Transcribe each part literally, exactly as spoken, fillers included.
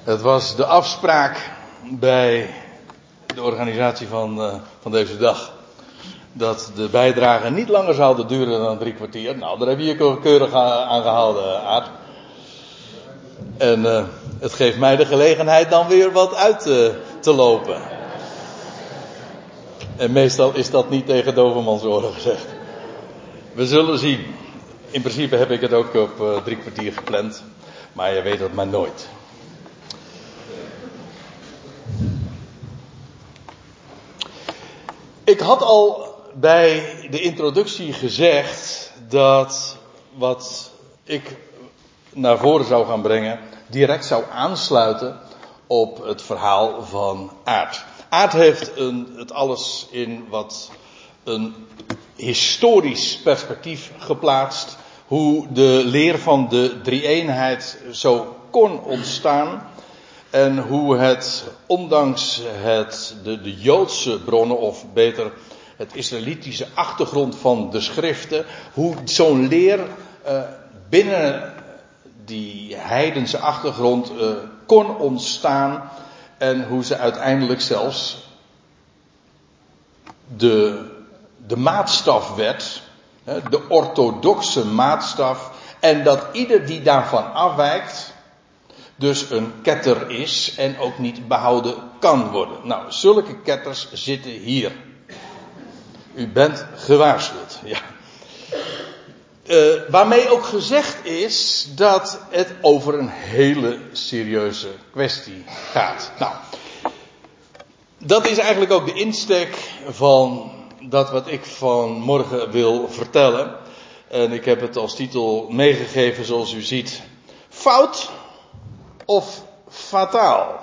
Het was de afspraak bij de organisatie van, uh, van deze dag. Dat de bijdragen niet langer zouden duren dan drie kwartier. Nou, daar heb je je keurig aan gehouden, Aart. En uh, het geeft mij de gelegenheid dan weer wat uit uh, te lopen. En meestal is dat niet tegen dovermans oren gezegd. We zullen zien. In principe heb ik het ook op uh, drie kwartier gepland. Maar je weet dat maar nooit. Ik had al bij de introductie gezegd dat wat ik naar voren zou gaan brengen direct zou aansluiten op het verhaal van Aart. Aart heeft een, het alles in wat een historisch perspectief geplaatst. Hoe de leer van de drie-eenheid zo kon ontstaan. En hoe het, ondanks het, de, de Joodse bronnen, of beter het Israëlitische achtergrond van de schriften, hoe zo'n leer uh, binnen die heidense achtergrond uh, kon ontstaan. En hoe ze uiteindelijk zelfs de, de maatstaf werd, de orthodoxe maatstaf. En dat ieder die daarvan afwijkt dus een ketter is en ook niet behouden kan worden. Nou, zulke ketters zitten hier. U bent gewaarschuwd. Ja. Uh, waarmee ook gezegd is dat het over een hele serieuze kwestie gaat. Nou, dat is eigenlijk ook de insteek van dat wat ik vanmorgen wil vertellen. En ik heb het als titel meegegeven zoals u ziet. Fout of fataal?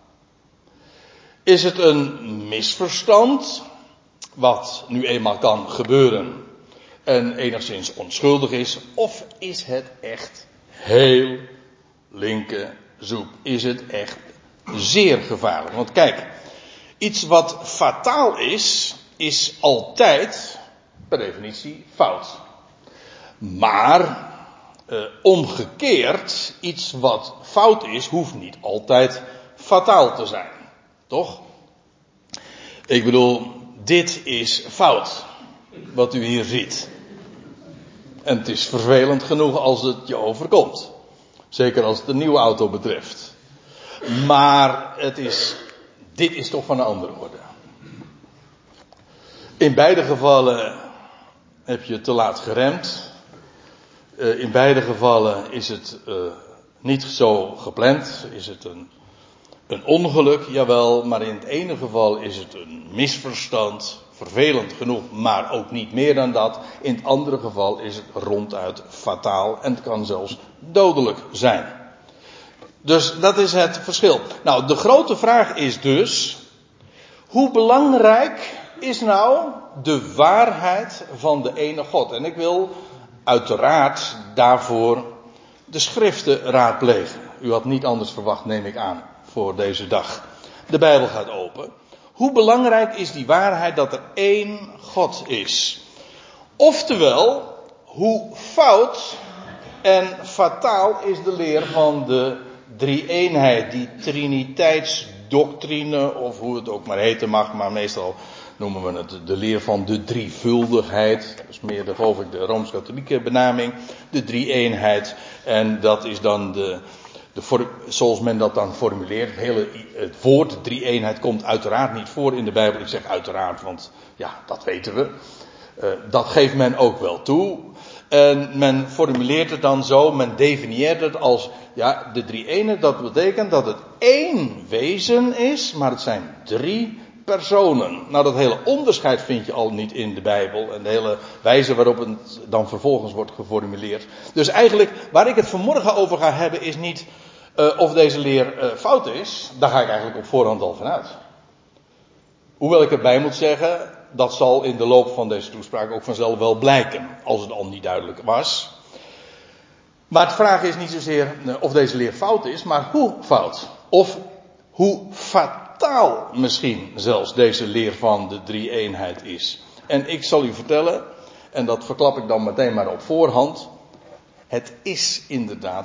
Is het een misverstand, wat nu eenmaal kan gebeuren en enigszins onschuldig is, of is het echt heel linkerzoek? Is het echt zeer gevaarlijk? Want kijk, iets wat fataal is, is altijd per definitie fout. Maar Uh, omgekeerd, iets wat fout is, hoeft niet altijd fataal te zijn. Toch? Ik bedoel, dit is fout. Wat u hier ziet. En het is vervelend genoeg als het je overkomt. Zeker als het een nieuwe auto betreft. Maar het is, dit is toch van een andere orde. In beide gevallen heb je te laat geremd. Uh, in beide gevallen is het uh, niet zo gepland, is het een, een ongeluk, jawel, maar in het ene geval is het een misverstand, vervelend genoeg, maar ook niet meer dan dat. In het andere geval is het ronduit fataal en het kan zelfs dodelijk zijn. Dus dat is het verschil. Nou, de grote vraag is dus, hoe belangrijk is nou de waarheid van de ene God? En ik wil uiteraard daarvoor de schriften raadplegen. U had niet anders verwacht, neem ik aan, voor deze dag. De Bijbel gaat open. Hoe belangrijk is die waarheid dat er één God is? Oftewel, hoe fout en fataal is de leer van de drie-eenheid, die triniteitsdoctrine, of hoe het ook maar heten mag, maar meestal noemen we het de leer van de drievuldigheid. Dat is meer, geloof ik, de Rooms-Katholieke benaming. De drie-eenheid. En dat is dan de, de, zoals men dat dan formuleert. Het, hele, het woord drie-eenheid komt uiteraard niet voor in de Bijbel. Ik zeg uiteraard, want ja, dat weten we. Uh, dat geeft men ook wel toe. En men formuleert het dan zo, men definieert het als, ja, de drie-eenheid, dat betekent dat het één wezen is, maar het zijn drie personen. Nou, dat hele onderscheid vind je al niet in de Bijbel. En de hele wijze waarop het dan vervolgens wordt geformuleerd. Dus eigenlijk, waar ik het vanmorgen over ga hebben, is niet uh, of deze leer uh, fout is. Daar ga ik eigenlijk op voorhand al vanuit. Hoewel ik erbij moet zeggen, dat zal in de loop van deze toespraak ook vanzelf wel blijken. Als het al niet duidelijk was. Maar de vraag is niet zozeer uh, of deze leer fout is, maar hoe fout. Of hoe fataal misschien zelfs deze leer van de drie-eenheid is. En ik zal u vertellen, en dat verklap ik dan meteen maar op voorhand. Het is inderdaad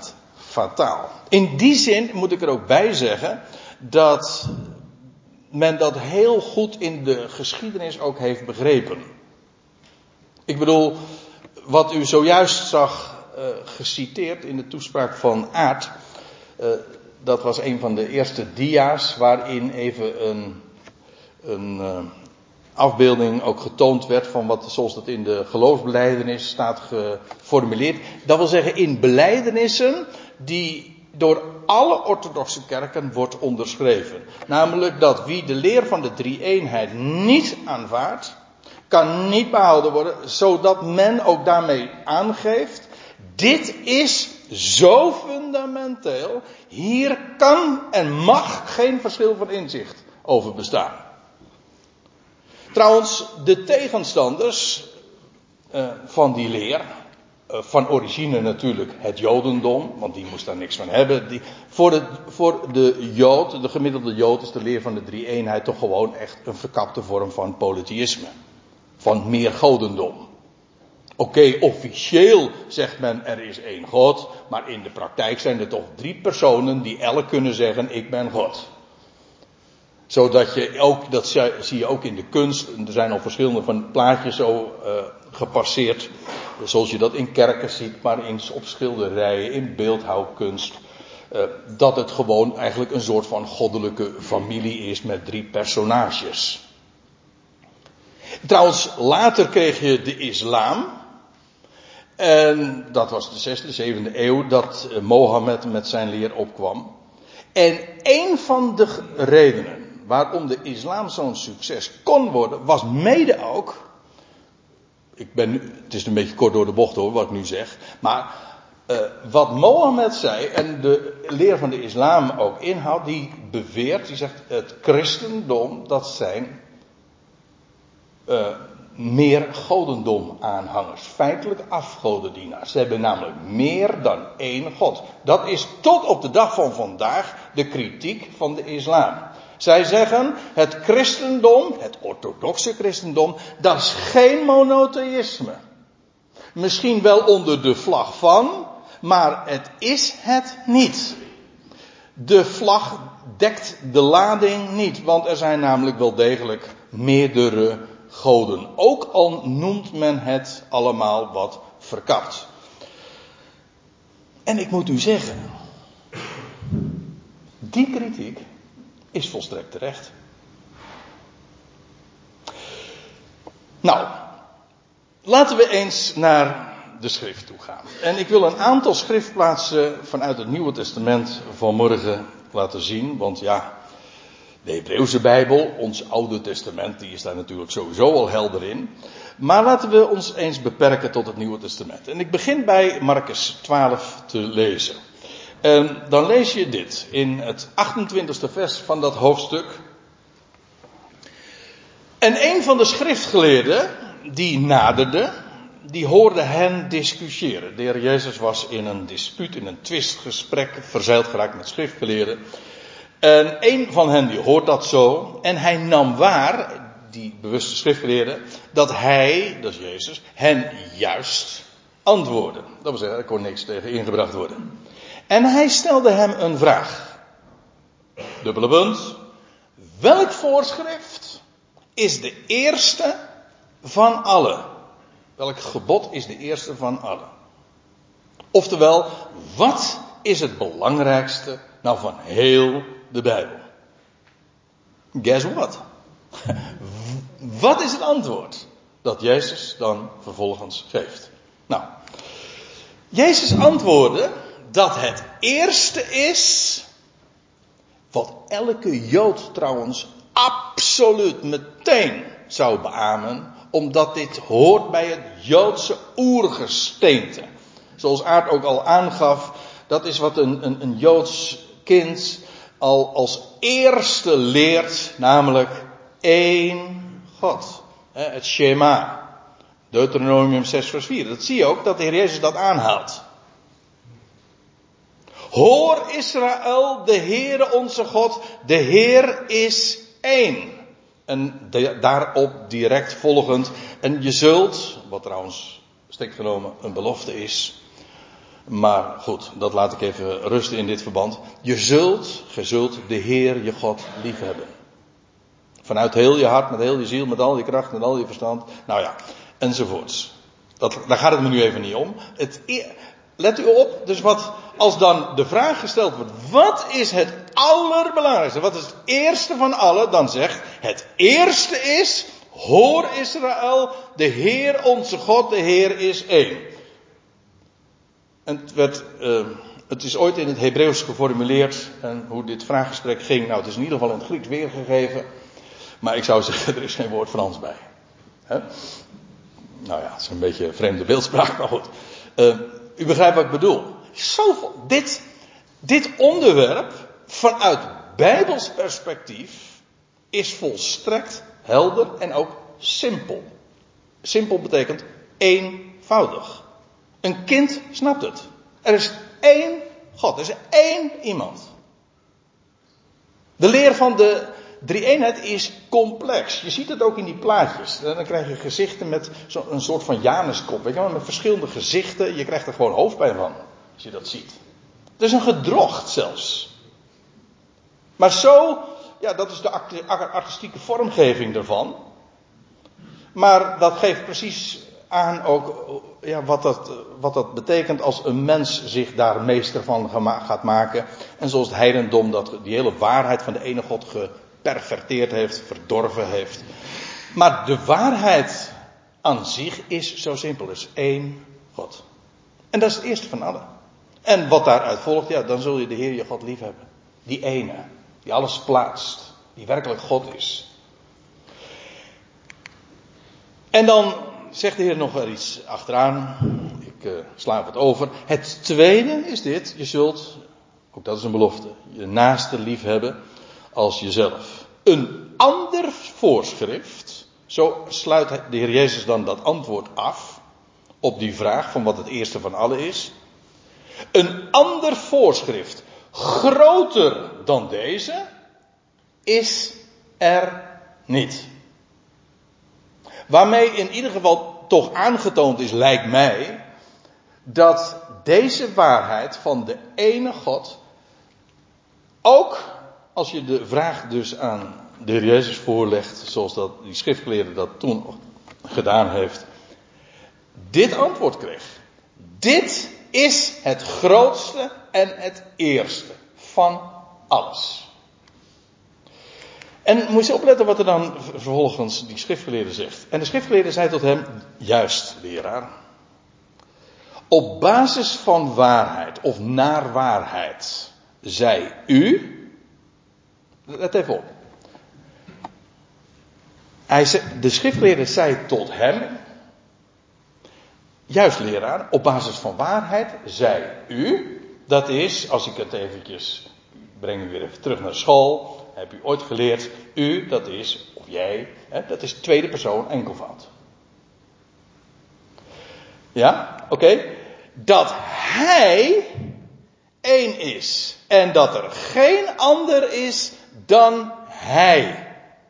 fataal. In die zin moet ik er ook bij zeggen dat men dat heel goed in de geschiedenis ook heeft begrepen. Ik bedoel, wat u zojuist zag uh, geciteerd in de toespraak van Aart, uh, dat was een van de eerste dia's waarin even een, een uh, afbeelding ook getoond werd van wat, zoals dat in de geloofsbelijdenis staat geformuleerd. Dat wil zeggen in belijdenissen die door alle orthodoxe kerken wordt onderschreven. Namelijk dat wie de leer van de drie-eenheid niet aanvaardt, kan niet behouden worden, zodat men ook daarmee aangeeft, dit is zo fundamenteel, hier kan en mag geen verschil van inzicht over bestaan. Trouwens, de tegenstanders uh, van die leer, uh, van origine natuurlijk het Jodendom, want die moest daar niks van hebben. Die, voor, de, voor de Jood, de gemiddelde Jood, is de leer van de drie-eenheid toch gewoon echt een verkapte vorm van polytheïsme. Van meer godendom. Oké, okay, officieel zegt men er is één God, maar in de praktijk zijn er toch drie personen die elk kunnen zeggen ik ben God. Zodat je ook, dat zie je ook in de kunst, er zijn al verschillende van plaatjes zo uh, gepasseerd, zoals je dat in kerken ziet, maar in, op schilderijen, in beeldhouwkunst, uh, dat het gewoon eigenlijk een soort van goddelijke familie is met drie personages. Trouwens, later kreeg je de islam. En dat was de zesde, zevende eeuw dat Mohammed met zijn leer opkwam. En een van de redenen waarom de islam zo'n succes kon worden, was mede ook, ik ben nu, het is een beetje kort door de bocht hoor, wat ik nu zeg, maar uh, wat Mohammed zei en de leer van de islam ook inhoudt, die beweert, die zegt het christendom, dat zijn Uh, meer godendom aanhangers. Feitelijk afgodendienaars. Ze hebben namelijk meer dan één God. Dat is tot op de dag van vandaag de kritiek van de islam. Zij zeggen het christendom, het orthodoxe christendom, dat is geen monotheïsme. Misschien wel onder de vlag van, maar het is het niet. De vlag dekt de lading niet, want er zijn namelijk wel degelijk meerdere goden. Ook al noemt men het allemaal wat verkapt. En ik moet u zeggen, die kritiek is volstrekt terecht. Nou, laten we eens naar de schrift toe gaan. En ik wil een aantal schriftplaatsen vanuit het Nieuwe Testament vanmorgen laten zien, want ja, de Hebreeuwse Bijbel, ons Oude Testament, die is daar natuurlijk sowieso al helder in. Maar laten we ons eens beperken tot het Nieuwe Testament. En ik begin bij Marcus twaalf te lezen. En dan lees je dit in het achtentwintigste vers van dat hoofdstuk. En een van de schriftgeleerden die naderde, die hoorde hen discussiëren. De Heer Jezus was in een dispuut, in een twistgesprek verzeild geraakt met schriftgeleerden. En een van hen die hoort dat zo. En hij nam waar, die bewuste schriftgeleerde, dat hij, dat is Jezus, hen juist antwoordde. Dat wil zeggen, er kon niks tegen ingebracht worden. En hij stelde hem een vraag. Dubbele punt. Welk voorschrift is de eerste van alle? Welk gebod is de eerste van alle? Oftewel, wat is het belangrijkste nou van heel de Bijbel? Guess what? Wat is het antwoord dat Jezus dan vervolgens geeft? Nou, Jezus antwoordde dat het eerste is, wat elke Jood trouwens absoluut meteen zou beamen, omdat dit hoort bij het Joodse oergesteente. Zoals Aart ook al aangaf, dat is wat een, een, een Joods kind al als eerste leert, namelijk één God. Het Shema. Deuteronomium zes vers vier. Dat zie je ook, dat de Heer Jezus dat aanhaalt. Hoor Israël, de Heere onze God, de Heer is één. En de, daarop direct volgend. En je zult, wat trouwens strikt genomen een belofte is, Maar goed, dat laat ik even rusten in dit verband. Je zult, ge zult de Heer je God liefhebben. Vanuit heel je hart, met heel je ziel, met al je kracht, met al je verstand. Nou ja, enzovoorts. Dat, daar gaat het me nu even niet om. Het, let u op, dus wat, als dan de vraag gesteld wordt, wat is het allerbelangrijkste? Wat is het eerste van alle? Dan zegt, het eerste is, hoor Israël, de Heer onze God, de Heer is één. En het werd, uh, het is ooit in het Hebreeuws geformuleerd, en hoe dit vraaggesprek ging, nou het is in ieder geval in het Grieks weergegeven, maar ik zou zeggen, er is geen woord Frans bij. He? Nou ja, het is een beetje een vreemde beeldspraak, maar goed. Uh, u begrijpt wat ik bedoel. Zoveel, dit, dit onderwerp, vanuit Bijbels perspectief, is volstrekt helder en ook simpel. Simpel betekent eenvoudig. Een kind snapt het. Er is één God, er is één iemand. De leer van de drie-eenheid is complex. Je ziet het ook in die plaatjes. Dan krijg je gezichten met een soort van Januskop. Weet je wel, met verschillende gezichten. Je krijgt er gewoon hoofdpijn van, als je dat ziet. Het is een gedrocht zelfs. Maar zo, ja, dat is de artistieke vormgeving ervan. Maar dat geeft precies aan ook ja, wat, dat, wat dat betekent als een mens zich daar meester van gaat maken. En zoals het heidendom dat die hele waarheid van de ene God geperverteerd heeft, verdorven heeft. Maar de waarheid aan zich is zo simpel, is één God. En dat is het eerste van allen. En wat daaruit volgt, ja, dan zul je de Heer je God lief hebben. Die ene, die alles plaatst, die werkelijk God is. En dan zegt de Heer nog wel iets achteraan. Ik uh, sla wat over. Het tweede is dit. Je zult, ook dat is een belofte, je naaste lief hebben als jezelf. Een ander voorschrift. Zo sluit de Heer Jezus dan dat antwoord af. Op die vraag van wat het eerste van alle is. Een ander voorschrift. Groter dan deze. Is er niet. Waarmee in ieder geval toch aangetoond is, lijkt mij, dat deze waarheid van de ene God, ook als je de vraag dus aan de Heer Jezus voorlegt, zoals dat die schriftgeleerde dat toen gedaan heeft, dit antwoord kreeg. Dit is het grootste en het eerste van alles. En moet je opletten wat er dan vervolgens die schriftgeleerde zegt. En de schriftgeleerde zei tot hem, juist leraar. Op basis van waarheid of naar waarheid zei u. Let even op. Hij zei, de schriftgeleerde zei tot hem. Juist leraar, op basis van waarheid zei u. Dat is, als ik het eventjes breng u weer even terug naar school. Heb u ooit geleerd, u, dat is, of jij, hè, dat is tweede persoon enkelvoud. Ja, oké. Okay. Dat hij één is en dat er geen ander is dan hij.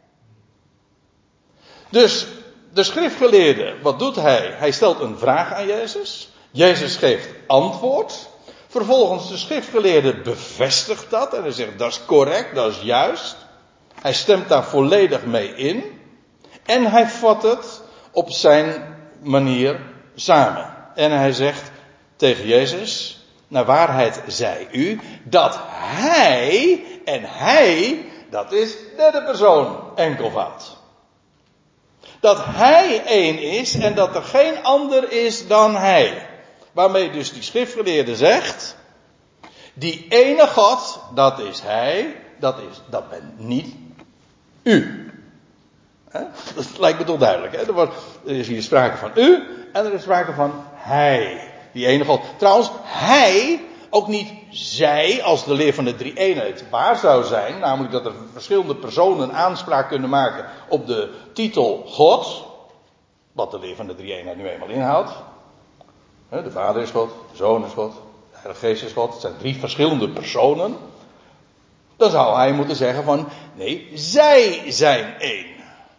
Dus de schriftgeleerde, wat doet hij? Hij stelt een vraag aan Jezus. Jezus geeft antwoord. Vervolgens de schriftgeleerde bevestigt dat. En hij zegt dat is correct, dat is juist. Hij stemt daar volledig mee in. En hij vat het op zijn manier samen. En hij zegt tegen Jezus, naar waarheid zei u, dat hij, en hij, dat is derde persoon enkelvoud. Dat hij één is en dat er geen ander is dan hij. Waarmee dus die schriftgeleerde zegt, die ene God, dat is hij, dat, is, dat bent niet u. He? Dat lijkt me toch duidelijk. Hè? Er, wordt, er is hier sprake van u en er is sprake van hij. Die ene God. Trouwens, hij, ook niet zij, als de leer van de drie-eenheid waar zou zijn. Namelijk dat er verschillende personen aanspraak kunnen maken op de titel God. Wat de leer van de drie-eenheid nu eenmaal inhoudt. De Vader is God, de Zoon is God, de Heilige Geest is God. Het zijn drie verschillende personen. Dan zou hij moeten zeggen van, nee, zij zijn één.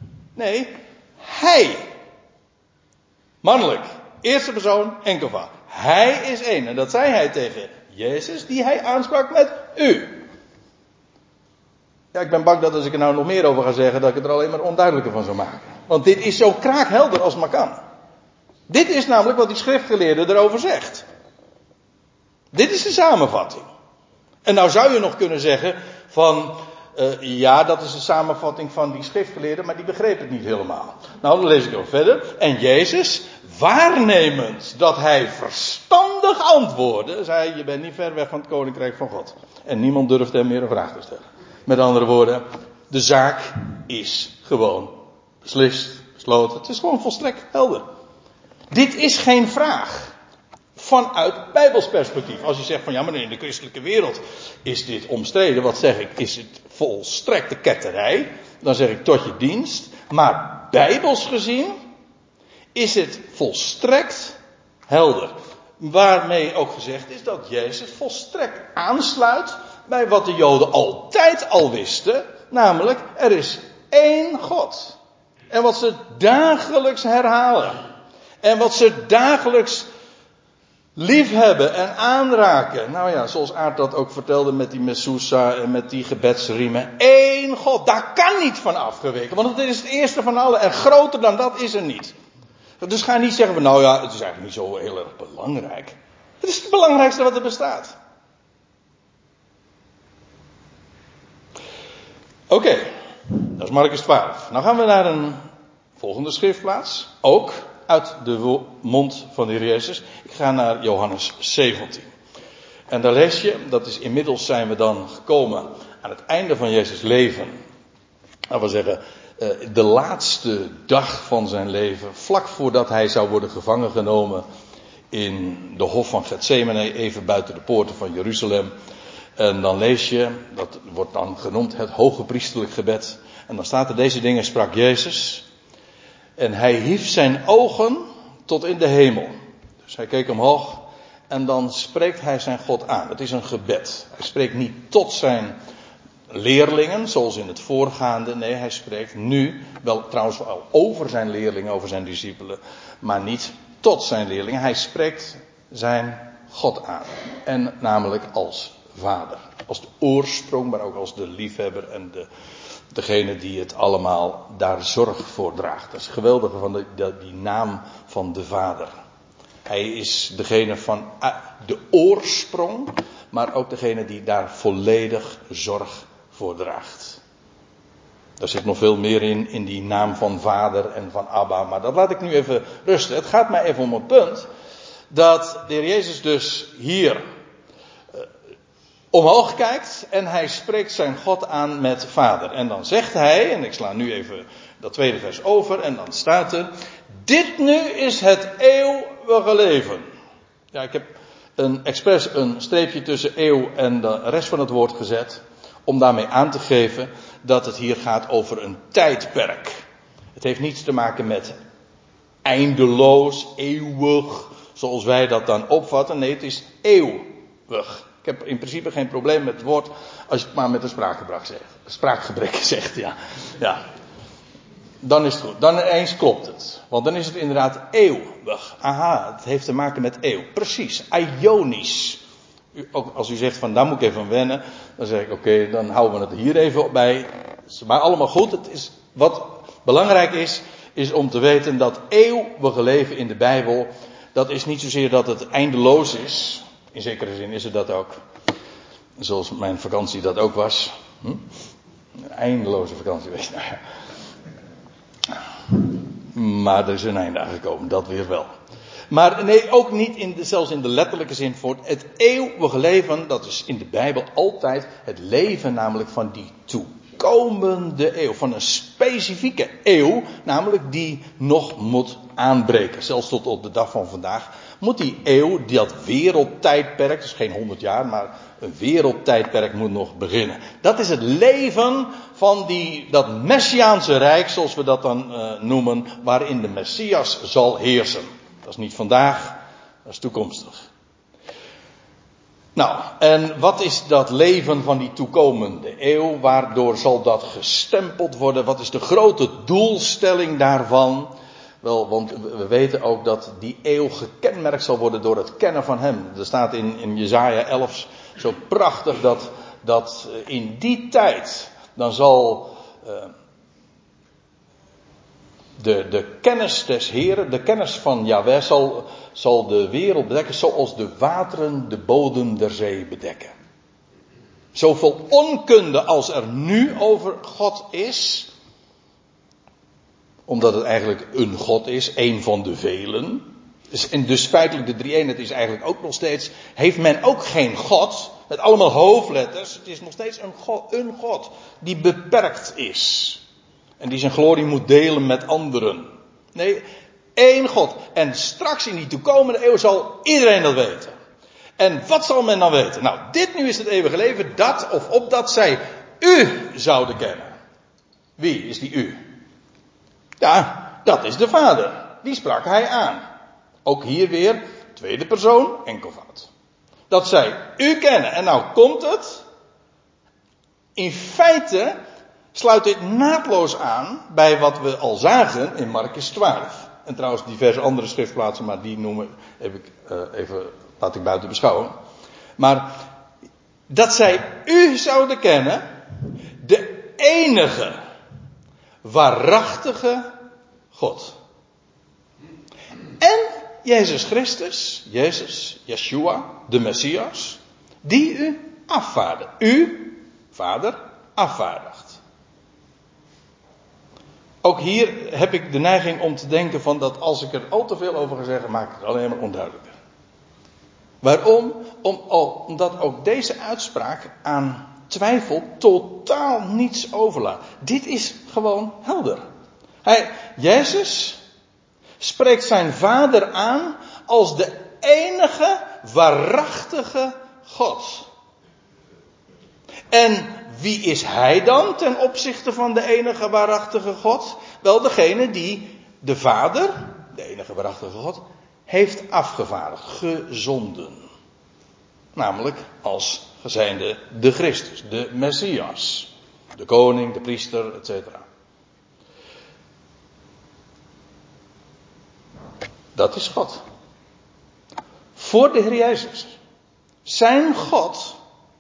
Nee, hij. Mannelijk. Eerste persoon, enkelvoud. Hij is één. En dat zei hij tegen Jezus, die hij aansprak met u. Ja, ik ben bang dat als ik er nou nog meer over ga zeggen, dat ik het er alleen maar onduidelijker van zou maken. Want dit is zo kraakhelder als het maar kan. Dit is namelijk wat die schriftgeleerde erover zegt. Dit is de samenvatting. En nou zou je nog kunnen zeggen van, uh, ja, dat is de samenvatting van die schriftgeleerde, maar die begreep het niet helemaal. Nou, dan lees ik nog verder. En Jezus, waarnemend dat hij verstandig antwoordde, zei, je bent niet ver weg van het koninkrijk van God. En niemand durfde hem meer een vraag te stellen. Met andere woorden, de zaak is gewoon beslist, besloten. Het is gewoon volstrekt helder. Dit is geen vraag. Vanuit Bijbels perspectief. Als je zegt van ja, maar in de christelijke wereld is dit omstreden. Wat zeg ik? Is het volstrekte ketterij? Dan zeg ik tot je dienst. Maar Bijbels gezien is het volstrekt helder. Waarmee ook gezegd is dat Jezus volstrekt aansluit bij wat de Joden altijd al wisten. Namelijk, er is één God. En wat ze dagelijks herhalen. En wat ze dagelijks liefhebben en aanraken. Nou ja, zoals Aart dat ook vertelde met die Mezouza en met die gebedsriemen. Eén God, daar kan niet van afgeweken. Want het is het eerste van allen. En groter dan dat is er niet. Dus ga niet zeggen van nou ja, het is eigenlijk niet zo heel erg belangrijk. Het is het belangrijkste wat er bestaat. Oké, okay, dat is Marcus twaalf. Nou gaan we naar een volgende schriftplaats. Ook uit de mond van de Heer Jezus. Ik ga naar Johannes zeventien. En daar lees je, dat is inmiddels zijn we dan gekomen aan het einde van Jezus' leven. Laten we zeggen, de laatste dag van zijn leven. Vlak voordat hij zou worden gevangen genomen in de hof van Getsemane, even buiten de poorten van Jeruzalem. En dan lees je, dat wordt dan genoemd het hoge priesterlijk gebed. En dan staat er deze dingen, sprak Jezus. En hij hief zijn ogen tot in de hemel. Dus hij keek omhoog en dan spreekt hij zijn God aan. Het is een gebed. Hij spreekt niet tot zijn leerlingen, zoals in het voorgaande. Nee, hij spreekt nu, wel trouwens wel over zijn leerlingen, over zijn discipelen. Maar niet tot zijn leerlingen. Hij spreekt zijn God aan. En namelijk als Vader. Als de oorsprong, maar ook als de liefhebber en de, degene die het allemaal daar zorg voor draagt. Dat is het geweldige van de, de, die naam van de Vader. Hij is degene van de oorsprong, maar ook degene die daar volledig zorg voor draagt. Daar zit nog veel meer in, in die naam van Vader en van Abba, maar dat laat ik nu even rusten. Het gaat mij even om het punt dat de Heer Jezus dus hier omhoog kijkt en hij spreekt zijn God aan met Vader. En dan zegt hij, en ik sla nu even dat tweede vers over, en dan staat er, dit nu is het eeuwige leven. Ja, ik heb een expres een streepje tussen eeuw en de rest van het woord gezet, om daarmee aan te geven dat het hier gaat over een tijdperk. Het heeft niets te maken met eindeloos, eeuwig, zoals wij dat dan opvatten. Nee, het is eeuwig. Ik heb in principe geen probleem met het woord, als je het maar met een spraakgebrek zegt. Spraakgebrek zegt, ja. ja. Dan is het goed. Dan ineens klopt het. Want dan is het inderdaad eeuwig. Aha, het heeft te maken met eeuw. Precies, aionisch. U, ook als u zegt van, daar moet ik even aan wennen. Dan zeg ik, oké, okay, dan houden we het hier even bij. Maar allemaal goed. Het is, wat belangrijk is, is om te weten dat eeuwige leven in de Bijbel, dat is niet zozeer dat het eindeloos is. In zekere zin is het dat ook. Zoals mijn vakantie dat ook was. Hm? Een eindeloze vakantie, weet je. Nou ja. Maar er is een einde aangekomen, dat weer wel. Maar nee, ook niet in de, zelfs in de letterlijke zin voor het eeuwige leven. Dat is in de Bijbel altijd het leven namelijk van die toekomende eeuw. Van een specifieke eeuw, namelijk die nog moet aanbreken. Zelfs tot op de dag van vandaag moet die eeuw, dat wereldtijdperk, dus geen honderd jaar, maar een wereldtijdperk moet nog beginnen. Dat is het leven van die, dat Messiaanse rijk, zoals we dat dan uh, noemen, waarin de Messias zal heersen. Dat is niet vandaag, dat is toekomstig. Nou, en wat is dat leven van die toekomende eeuw? Waardoor zal dat gestempeld worden? Wat is de grote doelstelling daarvan? Wel, want we weten ook dat die eeuw gekenmerkt zal worden door het kennen van hem. Er staat in, in Jesaja elf zo prachtig dat, dat in die tijd dan zal uh, de, de kennis des Heren, de kennis van Yahweh zal, zal de wereld bedekken zoals de wateren de bodem der zee bedekken. Zoveel onkunde als er nu over God is, omdat het eigenlijk een God is, een van de velen. Dus, en dus feitelijk de drie-eenheid is eigenlijk ook nog steeds, heeft men ook geen God, met allemaal hoofdletters. Het is nog steeds een God, een God die beperkt is. En die zijn glorie moet delen met anderen. Nee, één God. En straks in die toekomende eeuw zal iedereen dat weten. En wat zal men dan weten? Nou, dit nu is het eeuwige leven, dat of opdat zij u zouden kennen. Wie is die u? Ja, dat is de Vader. Die sprak hij aan. Ook hier weer, tweede persoon, enkelvoud. Dat zij u kennen. En nou komt het. In feite sluit dit naadloos aan bij wat we al zagen in Markus twaalf. En trouwens diverse andere schriftplaatsen, maar die noemen heb ik uh, even, laat ik buiten beschouwen. Maar dat zij u zouden kennen, de enige waarachtige God. En Jezus Christus, Jezus, Yeshua, de Messias, die u afvaardigt. U, Vader, afvaardigt. Ook hier heb ik de neiging om te denken van dat als ik er al te veel over ga zeggen, maak ik het alleen maar onduidelijker. Waarom? Om, oh, omdat ook deze uitspraak aan twijfel totaal niets overlaat. Dit is gewoon helder. Hij, Jezus spreekt zijn Vader aan als de enige waarachtige God. En wie is hij dan ten opzichte van de enige waarachtige God? Wel degene die de Vader, de enige waarachtige God, heeft afgevaardigd, gezonden. Namelijk als zijnde de Christus, de Messias, de koning, de priester, et cetera. Dat is God. Voor de Heer Jezus. Zijn God,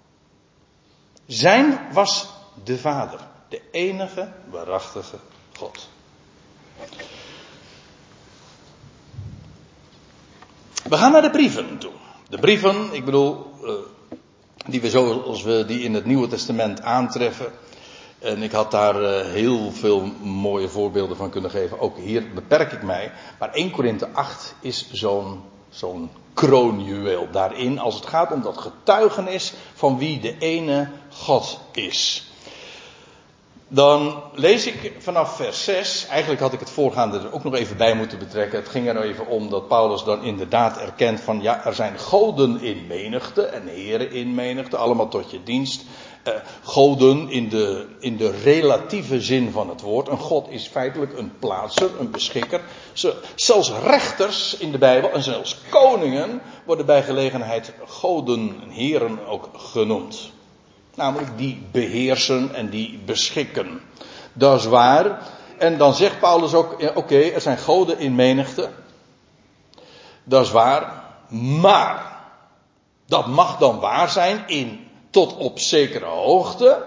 zijn was de Vader, de enige waarachtige God. We gaan naar de brieven toe. De brieven, ik bedoel, uh, die we zoals we die in het Nieuwe Testament aantreffen. En ik had daar uh, heel veel mooie voorbeelden van kunnen geven. Ook hier beperk ik mij. Maar Eerste Korinthe acht is zo'n, zo'n kroonjuweel daarin. Als het gaat om dat getuigenis van wie de ene God is. Dan lees ik vanaf vers zes. Eigenlijk had ik het voorgaande er ook nog even bij moeten betrekken. Het ging er nou even om dat Paulus dan inderdaad erkent van ja, er zijn goden in menigte en heren in menigte. Allemaal tot je dienst. Uh, goden in de, in de relatieve zin van het woord. Een god is feitelijk een plaatser, een beschikker. Zo, zelfs rechters in de Bijbel en zelfs koningen worden bij gelegenheid goden en heren ook genoemd. Namelijk die beheersen en die beschikken. Dat is waar. En dan zegt Paulus ook, ja, oké, okay, er zijn goden in menigte. Dat is waar. Maar, dat mag dan waar zijn in, tot op zekere hoogte.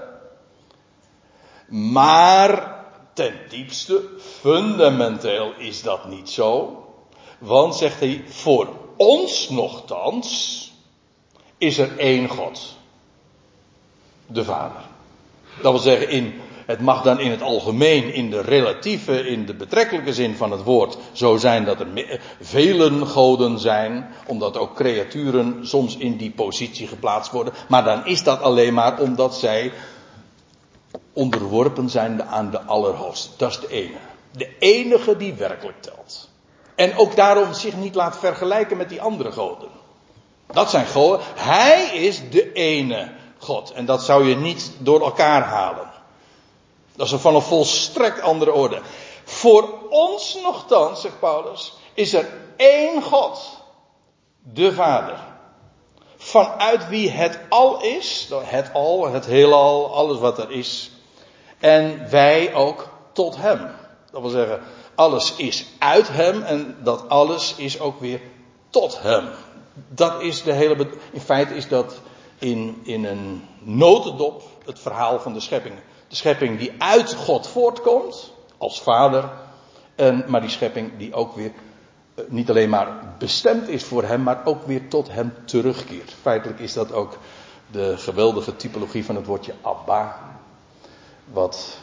Maar, ten diepste, fundamenteel is dat niet zo. Want, zegt hij, voor ons nochtans is er één God. De Vader. Dat wil zeggen, in, het mag dan in het algemeen, in de relatieve, in de betrekkelijke zin van het woord, zo zijn dat er me- velen goden zijn, omdat ook creaturen soms in die positie geplaatst worden. Maar dan is dat alleen maar omdat zij onderworpen zijn aan de Allerhoogste. Dat is de ene. De enige die werkelijk telt. En ook daarom zich niet laat vergelijken met die andere goden. Dat zijn goden. Hij is de ene God. En dat zou je niet door elkaar halen. Dat is van een volstrekt andere orde. Voor ons nochtans, zegt Paulus, is er één God. De Vader. Vanuit wie het al is. Het al, het heelal, alles wat er is. En wij ook tot hem. Dat wil zeggen, alles is uit hem en dat alles is ook weer tot hem. Dat is de hele... Be- in feite is dat in, in een notendop het verhaal van de schepping. De schepping die uit God voortkomt, als vader. En, maar die schepping die ook weer niet alleen maar bestemd is voor hem, maar ook weer tot hem terugkeert. Feitelijk is dat ook de geweldige typologie van het woordje Abba. Wat...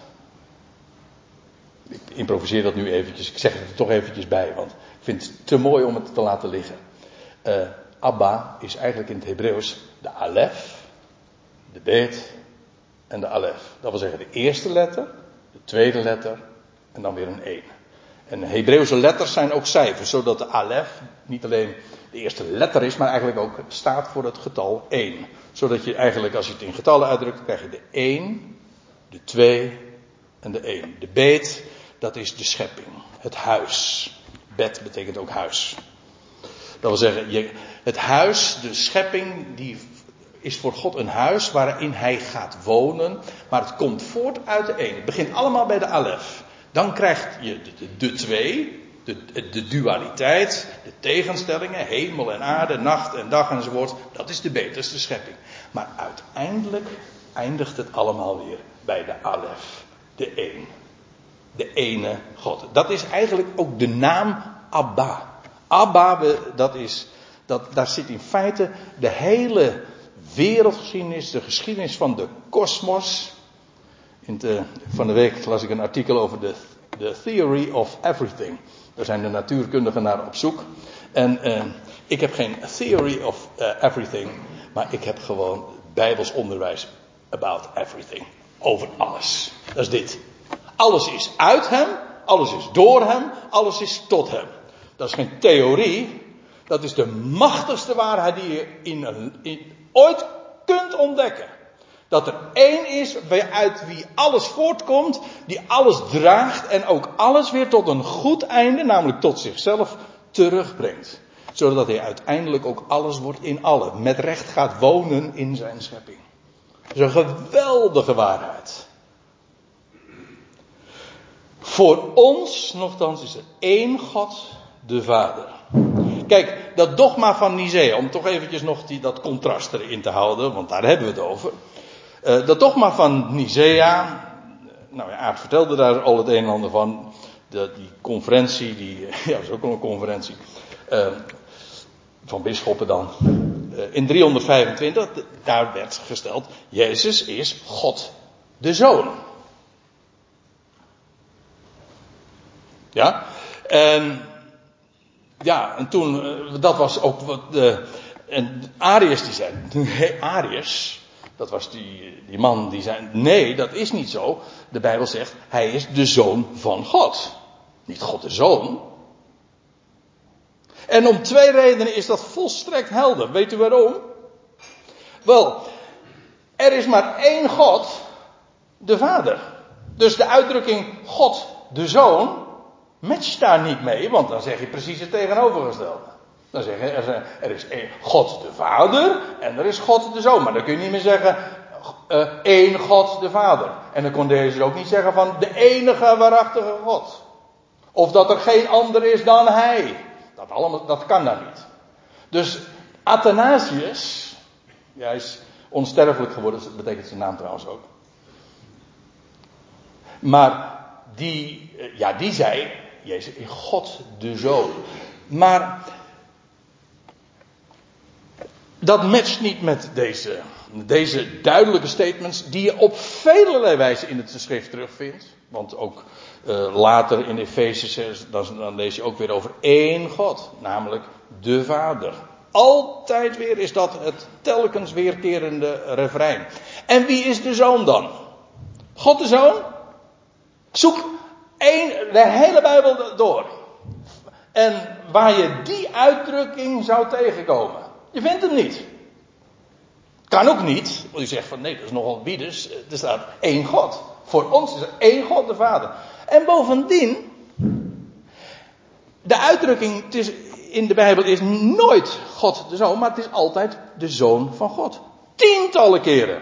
Ik improviseer dat nu eventjes. Ik zeg het er toch eventjes bij, want ik vind het te mooi om het te laten liggen. Uh, Abba is eigenlijk in het Hebreeuws de Alef, de Bet en de Alef. Dat wil zeggen de eerste letter, de tweede letter en dan weer een één. En Hebreeuwse letters zijn ook cijfers, zodat de Alef niet alleen de eerste letter is, maar eigenlijk ook staat voor het getal één. Zodat je eigenlijk, als je het in getallen uitdrukt, krijg je de één, de twee en de één. De Bet, dat is de schepping, het huis. Bet betekent ook huis. Dat wil zeggen, je, het huis, de schepping, die is voor God een huis waarin hij gaat wonen. Maar het komt voort uit de één. Het begint allemaal bij de Alef. Dan krijg je de, de, de twee, de, de dualiteit, de tegenstellingen, hemel en aarde, nacht en dag enzovoort. Dat is de Bet, dat is de schepping. Maar uiteindelijk eindigt het allemaal weer bij de Alef, de één. De ene God. Dat is eigenlijk ook de naam Abba. Abba, dat is, dat, daar zit in feite de hele wereldgeschiedenis, de geschiedenis van de kosmos. In de, van de week las ik een artikel over de, de theory of everything. Daar zijn de natuurkundigen naar op zoek. En uh, ik heb geen theory of uh, everything, maar ik heb gewoon Bijbels onderwijs about everything. Over alles. Dat is dit. Alles is uit hem, alles is door hem, alles is tot hem. Dat is geen theorie, dat is de machtigste waarheid die je in, een, in, ooit kunt ontdekken. Dat er één is uit wie alles voortkomt, die alles draagt en ook alles weer tot een goed einde, namelijk tot zichzelf, terugbrengt. Zodat hij uiteindelijk ook alles wordt in allen, met recht gaat wonen in zijn schepping. Dat is een geweldige waarheid. Voor ons, nochtans, is er één God, de Vader. Kijk, dat dogma van Nicea, om toch eventjes nog die, dat contrast erin te houden, want daar hebben we het over. Uh, dat dogma van Nicea, nou ja, Aart vertelde daar al het een en ander van. De, die conferentie, die, ja, dat is ook nog een conferentie, uh, van bisschoppen dan. Uh, in driehonderdvijfentwintig, daar werd gesteld, Jezus is God de Zoon. Ja, en ja, en toen, dat was ook wat de, en Arius die zei, nee, Arius, dat was die, die man die zei, nee, dat is niet zo. De Bijbel zegt, hij is de Zoon van God. Niet God de Zoon. En om twee redenen is dat volstrekt helder. Weet u waarom? Wel, er is maar één God, de Vader. Dus de uitdrukking God de Zoon matcht daar niet mee, want dan zeg je precies het tegenovergestelde. Dan zeg je, er is één God de Vader en er is God de Zoon. Maar dan kun je niet meer zeggen, uh, één God de Vader. En dan kon deze ook niet zeggen van de enige waarachtige God. Of dat er geen ander is dan Hij. Dat, allemaal, dat kan daar niet. Dus Athanasius, ja, hij is onsterfelijk geworden, dat betekent zijn naam trouwens ook. Maar die, ja, die zei, Jezus is God de Zoon. Maar dat matcht niet met deze, deze duidelijke statements die je op vele wijze in het schrift terugvindt. Want ook uh, later in Efeze dan, dan lees je ook weer over één God, namelijk de Vader. Altijd weer is dat het telkens weerkerende refrein. En wie is de Zoon dan? God de Zoon? Zoek één, de hele Bijbel door. En waar je die uitdrukking zou tegenkomen. Je vindt hem niet. Kan ook niet. Want je zegt van nee, dat is nogal bieders. Er staat één God. Voor ons is er één God, de Vader. En bovendien, de uitdrukking het is, in de Bijbel is nooit God de Zoon, maar het is altijd de Zoon van God. Tientallen keren.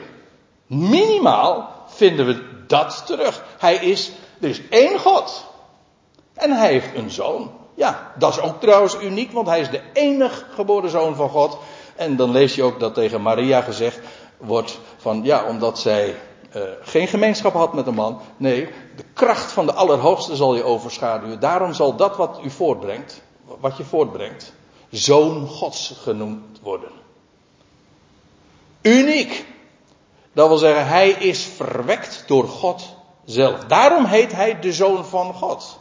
Minimaal vinden we dat terug. Hij is, er is één God. En hij heeft een zoon. Ja, dat is ook trouwens uniek, want hij is de enige geboren zoon van God. En dan lees je ook dat tegen Maria gezegd wordt van, ja, omdat zij uh, geen gemeenschap had met een man. Nee, de kracht van de Allerhoogste zal je overschaduwen. Daarom zal dat wat u voortbrengt, wat je voortbrengt, zoon Gods genoemd worden. Uniek. Dat wil zeggen, hij is verwekt door God zelf. Daarom heet hij de Zoon van God.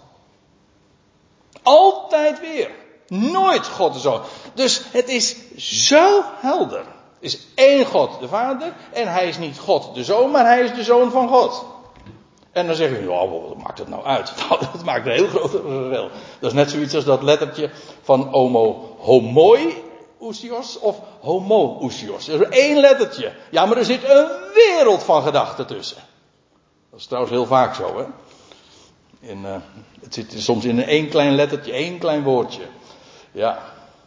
Altijd weer. Nooit God de Zoon. Dus het is zo helder. Er is één God de Vader. En hij is niet God de Zoon, maar hij is de Zoon van God. En dan zeggen we, oh, wat maakt het nou uit? Nou, dat maakt een heel groot verschil. Dat is net zoiets als dat lettertje van homo, homoi. Ousios of homo-ousios. Er is één lettertje. Ja, maar er zit een wereld van gedachten tussen. Dat is trouwens heel vaak zo, hè. In, uh, het zit soms in een één klein lettertje, één klein woordje. Ja.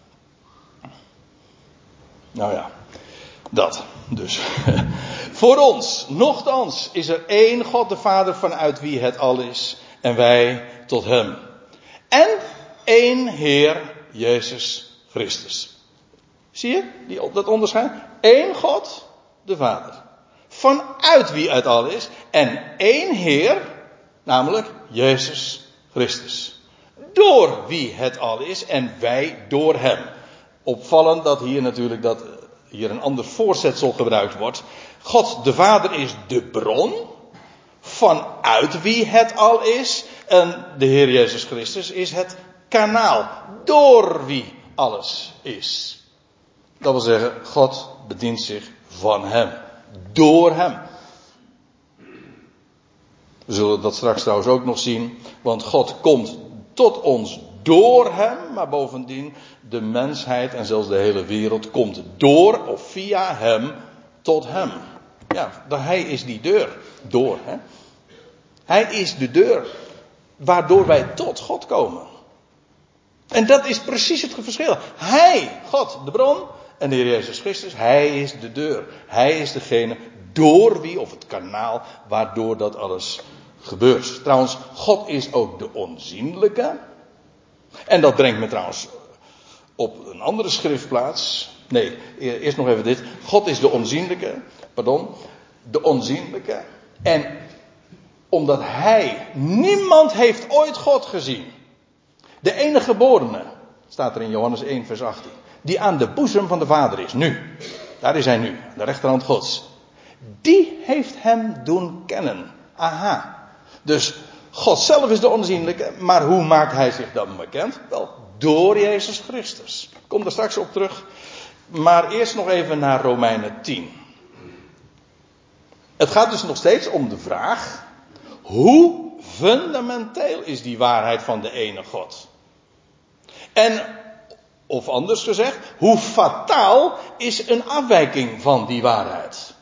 Nou ja, dat. Dus. Voor ons, nochtans, is er één God de Vader vanuit wie het al is. En wij tot hem. En één Heer, Jezus Christus. Zie je die, dat onderscheid? Eén God, de Vader. Vanuit wie het al is. En één Heer, namelijk Jezus Christus. Door wie het al is en wij door hem. Opvallend dat hier natuurlijk dat hier een ander voorzetsel gebruikt wordt. God de Vader is de bron. Vanuit wie het al is. En de Heer Jezus Christus is het kanaal. Door wie alles is. Dat wil zeggen, God bedient zich van hem. Door hem. We zullen dat straks trouwens ook nog zien. Want God komt tot ons door hem. Maar bovendien de mensheid en zelfs de hele wereld komt door of via hem tot hem. Ja, hij is die deur. Door. Hè? Hij is de deur. Waardoor wij tot God komen. En dat is precies het verschil. Hij, God, de bron. En de Heer Jezus Christus, hij is de deur. Hij is degene door wie, of het kanaal, waardoor dat alles gebeurt. Trouwens, God is ook de onzienlijke. En dat brengt me trouwens op een andere schriftplaats. Nee, eerst nog even dit. God is de onzienlijke. Pardon. De onzienlijke. En omdat hij, niemand heeft ooit God gezien. De enige geborene, staat er in Johannes één vers achttien. Die aan de boezem van de Vader is, nu. Daar is hij nu, aan de rechterhand Gods. Die heeft hem doen kennen. Aha. Dus God zelf is de onzienlijke, maar hoe maakt hij zich dan bekend? Wel, door Jezus Christus. Ik kom daar straks op terug. Maar eerst nog even naar Romeinen tien. Het gaat dus nog steeds om de vraag, hoe fundamenteel is die waarheid van de ene God? En of anders gezegd, hoe fataal is een afwijking van die waarheid?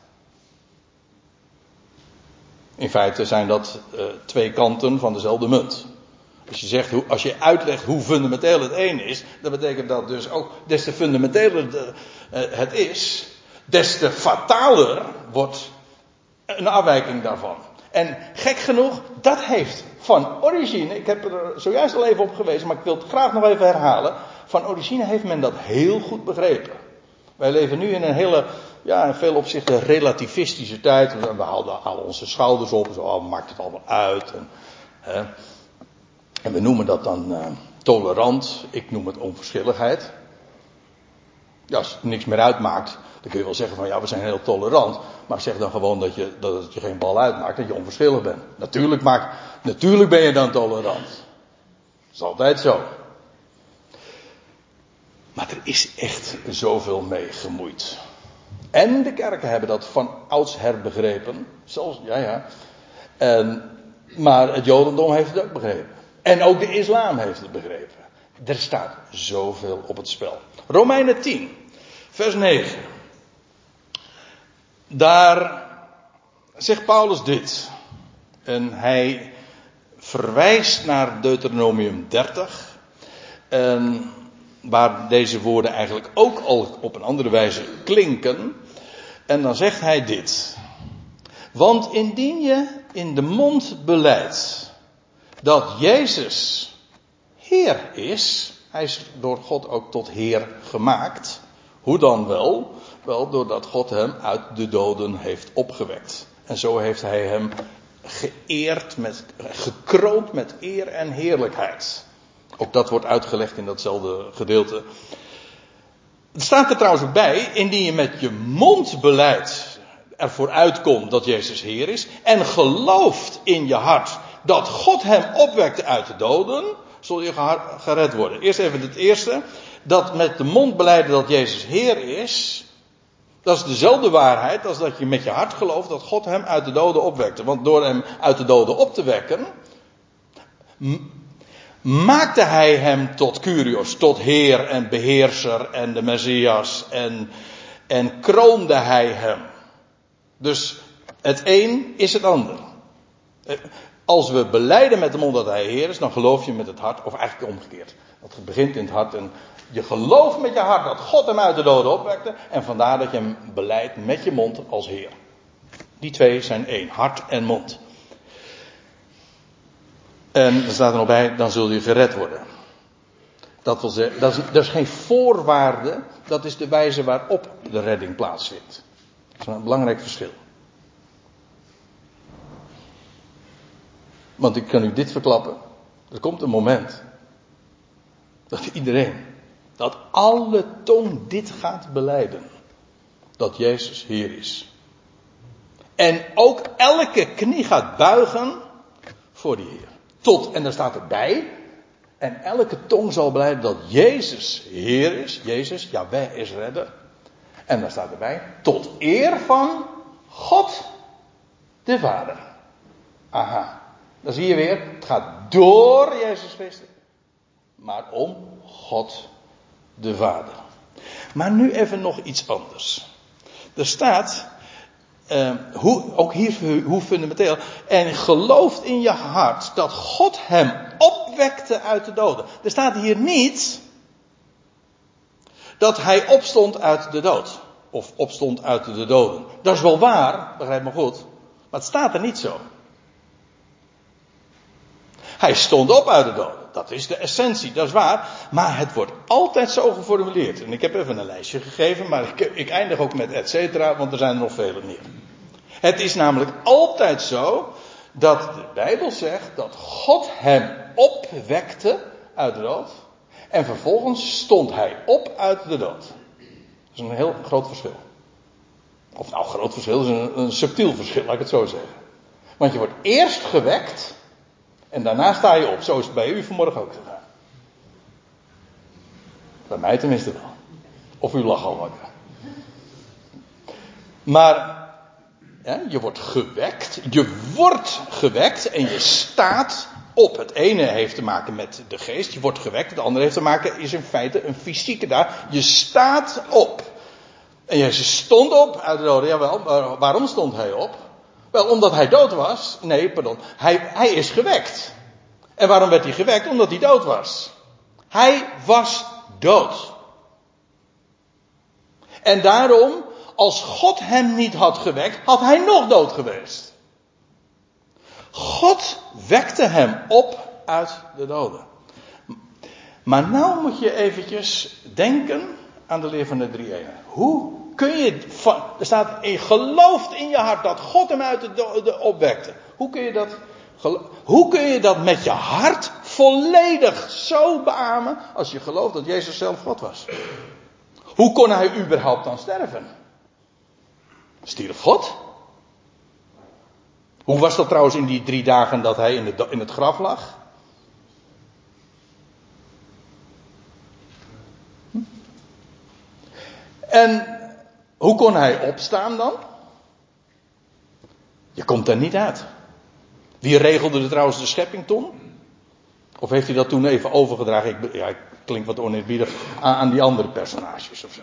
In feite zijn dat uh, twee kanten van dezelfde munt. Als je zegt, als je uitlegt hoe fundamenteel het een is, dan betekent dat dus ook, des te fundamenteler de, uh, het is, des te fataler wordt een afwijking daarvan. En gek genoeg, dat heeft van origine, ik heb er zojuist al even op gewezen, maar ik wil het graag nog even herhalen. Van origine heeft men dat heel goed begrepen. Wij leven nu in een hele, ja, in veel opzichten relativistische tijd. We halen al onze schouders op, zo oh, maakt het allemaal uit. En, hè. en we noemen dat dan uh, tolerant, ik noem het onverschilligheid. Ja, als het niks meer uitmaakt, dan kun je wel zeggen van ja, we zijn heel tolerant. Maar zeg dan gewoon dat, je, dat het je geen bal uitmaakt, dat je onverschillig bent. Natuurlijk, maakt, natuurlijk ben je dan tolerant. Dat is altijd zo. Maar er is echt zoveel mee gemoeid. En de kerken hebben dat van oudsher begrepen. Zelfs, ja ja. En, maar het Jodendom heeft het ook begrepen. En ook de islam heeft het begrepen. Er staat zoveel op het spel. Romeinen tien, vers negen. Daar zegt Paulus dit. En hij verwijst naar Deuteronomium dertig. En waar deze woorden eigenlijk ook al op een andere wijze klinken. En dan zegt hij dit. Want indien je in de mond belijdt dat Jezus Heer is. Hij is door God ook tot Heer gemaakt. Hoe dan wel? Wel, doordat God hem uit de doden heeft opgewekt. En zo heeft hij hem geëerd, met, gekroond met eer en heerlijkheid. Ook dat wordt uitgelegd in datzelfde gedeelte. Het staat er trouwens ook bij, indien je met je mond belijdt, ervoor uitkomt dat Jezus Heer is, en gelooft in je hart dat God hem opwekte uit de doden, zul je gered worden. Eerst even het eerste, dat met de mond belijden dat Jezus Heer is, dat is dezelfde waarheid als dat je met je hart gelooft dat God hem uit de doden opwekte. Want door hem uit de doden op te wekken, maakte hij hem tot Kyrios, tot Heer en beheerser en de Messias en, en kroonde hij hem. Dus het een is het ander. Als we belijden met de mond dat hij Heer is, dan geloof je met het hart, of eigenlijk omgekeerd. Dat begint in het hart en je gelooft met je hart dat God hem uit de doden opwekte en vandaar dat je hem belijdt met je mond als Heer. Die twee zijn één, hart en mond. En er staat er nog bij, dan zul je gered worden. Dat wil zeggen, dat is, dat is geen voorwaarde, dat is de wijze waarop de redding plaatsvindt. Dat is een belangrijk verschil. Want ik kan u dit verklappen. Er komt een moment dat iedereen, dat alle tong dit gaat belijden. Dat Jezus Heer is. En ook elke knie gaat buigen voor die Heer. Tot, en daar staat erbij, en elke tong zal belijden dat Jezus Heer is. Jezus, Jahweh is redder. En daar staat erbij, tot eer van God de Vader. Aha. Dan zie je weer, het gaat door Jezus Christus, maar om God de Vader. Maar nu even nog iets anders. Er staat, uh, hoe, ook hier hoe fundamenteel, en gelooft in je hart dat God hem opwekte uit de doden. Er staat hier niet dat hij opstond uit de dood. Of opstond uit de doden. Dat is wel waar, begrijp me goed, maar het staat er niet zo. Hij stond op uit de doden. Dat is de essentie, dat is waar. Maar het wordt altijd zo geformuleerd. En ik heb even een lijstje gegeven, maar ik, ik eindig ook met et cetera, want er zijn er nog vele meer. Het is namelijk altijd zo dat de Bijbel zegt dat God hem opwekte uit de dood. En vervolgens stond hij op uit de dood. Dat is een heel groot verschil. Of nou, groot verschil, dat is een, een subtiel verschil, laat ik het zo zeggen. Want je wordt eerst gewekt. En daarna sta je op. Zo is het bij u vanmorgen ook gegaan. Bij mij tenminste wel. Of u lag al wakker. Maar ja, je wordt gewekt. Je wordt gewekt en je staat op. Het ene heeft te maken met de geest. Je wordt gewekt. Het andere heeft te maken, is in feite een fysieke daar. Je staat op. En Jezus stond op uit de doden. Jawel, maar waarom stond hij op? Wel, omdat hij dood was. Nee, pardon. Hij, hij is gewekt. En waarom werd hij gewekt? Omdat hij dood was. Hij was dood. En daarom, als God hem niet had gewekt, had hij nog dood geweest. God wekte hem op uit de doden. Maar nou moet je eventjes denken aan de leer van de drie eenheid. Hoe kun je, van, er staat, je gelooft in je hart dat God hem uit de doden opwekte. Hoe kun je dat, hoe kun je dat met je hart volledig zo beamen als je gelooft dat Jezus zelf God was? Hoe kon hij überhaupt dan sterven? Stierf God? Hoe was dat trouwens in die drie dagen dat hij in, de, in het graf lag? Hm? En hoe kon hij opstaan dan? Je komt er niet uit. Wie regelde er trouwens de schepping toen? Of heeft hij dat toen even overgedragen? Ik, ja, ik klink wat oneerbiedig aan, aan die andere personages of zo.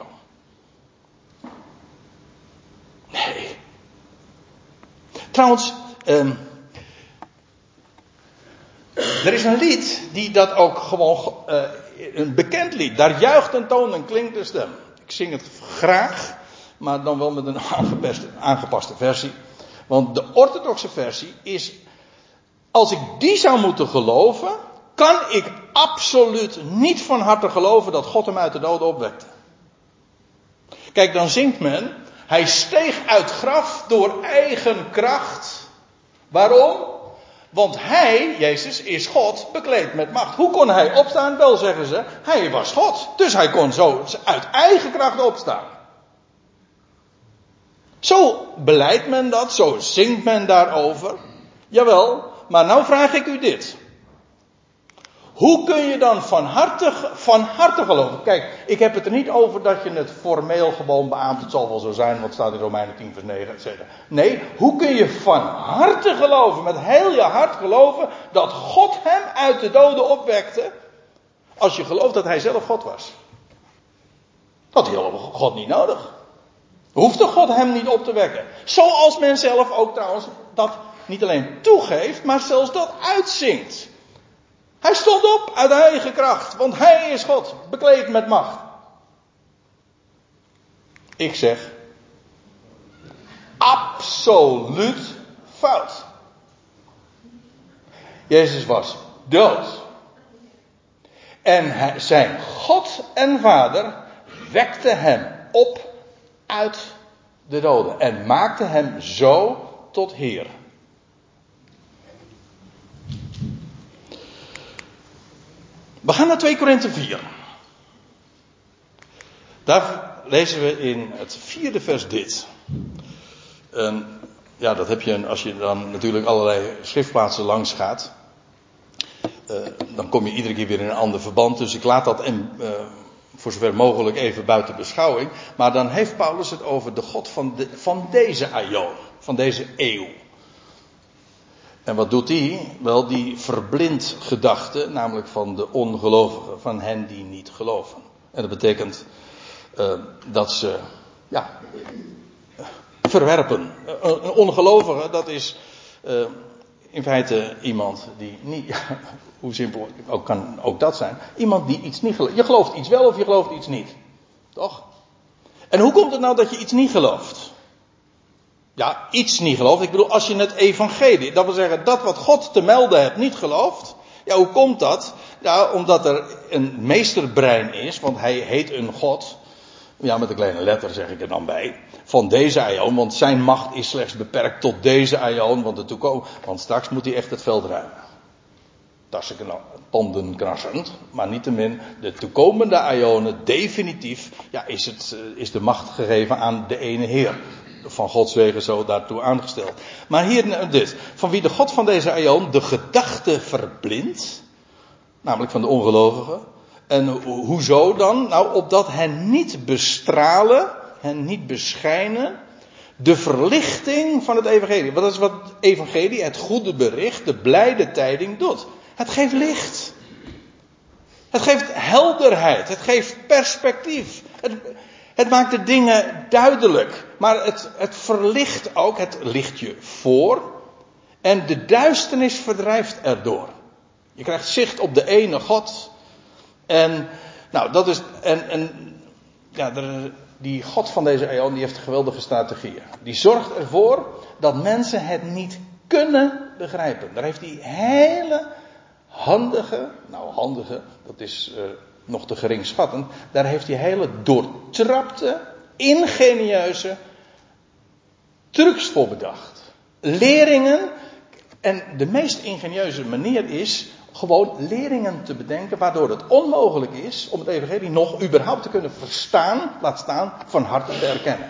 Nee. Trouwens, um, er is een lied die dat ook gewoon, uh, een bekend lied. Daar juicht een toon en klinkt de stem. Ik zing het graag, maar dan wel met een aangepaste, aangepaste versie. Want de orthodoxe versie is, als ik die zou moeten geloven, kan ik absoluut niet van harte geloven dat God hem uit de doden opwekte. Kijk, dan zingt men, hij steeg uit graf door eigen kracht. Waarom? Want hij, Jezus, is God bekleed met macht. Hoe kon hij opstaan? Wel, zeggen ze, hij was God. Dus hij kon zo uit eigen kracht opstaan. Zo beleidt men dat, zo zingt men daarover. Jawel, maar nou vraag ik u dit. Hoe kun je dan van harte, van harte geloven? Kijk, ik heb het er niet over dat je het formeel gewoon beaamt. Het zal wel zo zijn, want het staat in Romeinen tien vers negen, et cetera. Nee, hoe kun je van harte geloven, met heel je hart geloven, dat God hem uit de doden opwekte, als je gelooft dat hij zelf God was? Dat had God niet nodig. Hoefde God hem niet op te wekken. Zoals men zelf ook trouwens dat niet alleen toegeeft, maar zelfs dat uitzingt. Hij stond op uit eigen kracht, want hij is God, bekleed met macht. Ik zeg, absoluut fout. Jezus was dood. En hij, zijn God en Vader wekte hem op uit de doden en maakte hem zo tot Heer. We gaan naar twee Korinthe vier. Daar lezen we in het vierde vers dit. En ja, dat heb je als je dan natuurlijk allerlei schriftplaatsen langs gaat. Uh, dan kom je iedere keer weer in een ander verband. Dus ik laat dat in, uh, voor zover mogelijk even buiten beschouwing. Maar dan heeft Paulus het over de God van, de, van deze aion. Van deze eeuw. En wat doet hij? Wel, die verblindt gedachten, namelijk van de ongelovigen, van hen die niet geloven. En dat betekent uh, dat ze, ja, verwerpen. Een, een ongelovige, dat is uh, in feite iemand die niet, ja, hoe simpel ook kan ook dat zijn, iemand die iets niet gelooft. Je gelooft iets wel of je gelooft iets niet. Toch? En hoe komt het nou dat je iets niet gelooft? Ja, iets niet gelooft. Ik bedoel, als je het evangelie, dat wil zeggen, dat wat God te melden hebt, niet gelooft. Ja, hoe komt dat? Ja, omdat er een meesterbrein is, want hij heet een God. Ja, met een kleine letter zeg ik er dan bij. Van deze aion, want zijn macht is slechts beperkt tot deze aion. Want, de toekom- want straks moet hij echt het veld ruimen. Tassen, tanden krassend, maar niettemin de toekomende aionen, definitief, ja, is, het, is de macht gegeven aan de ene Heer. Van Gods wegen zo daartoe aangesteld. Maar hier dit. Van wie de God van deze aion de gedachte verblindt. Namelijk van de ongelovigen. En ho- hoezo dan? Nou, opdat hen niet bestralen. Hen niet beschijnen. De verlichting van het evangelie. Want dat is wat het evangelie, het goede bericht, de blijde tijding doet. Het geeft licht. Het geeft helderheid. Het geeft perspectief. Het, Het maakt de dingen duidelijk. Maar het, het verlicht ook. Het licht je voor. En de duisternis verdrijft erdoor. Je krijgt zicht op de ene God. En, nou, dat is, en, en, ja, er, die God van deze eeuw, die heeft geweldige strategieën. Die zorgt ervoor dat mensen het niet kunnen begrijpen. Daar heeft hij hele handige, nou handige, dat is uh, nog te geringschattend. Daar heeft hij hele doortrapte, ingenieuze trucs voor bedacht. Leringen. En de meest ingenieuze manier is gewoon leringen te bedenken waardoor het onmogelijk is om het evangelie nog überhaupt te kunnen verstaan, laat staan, van harte te erkennen.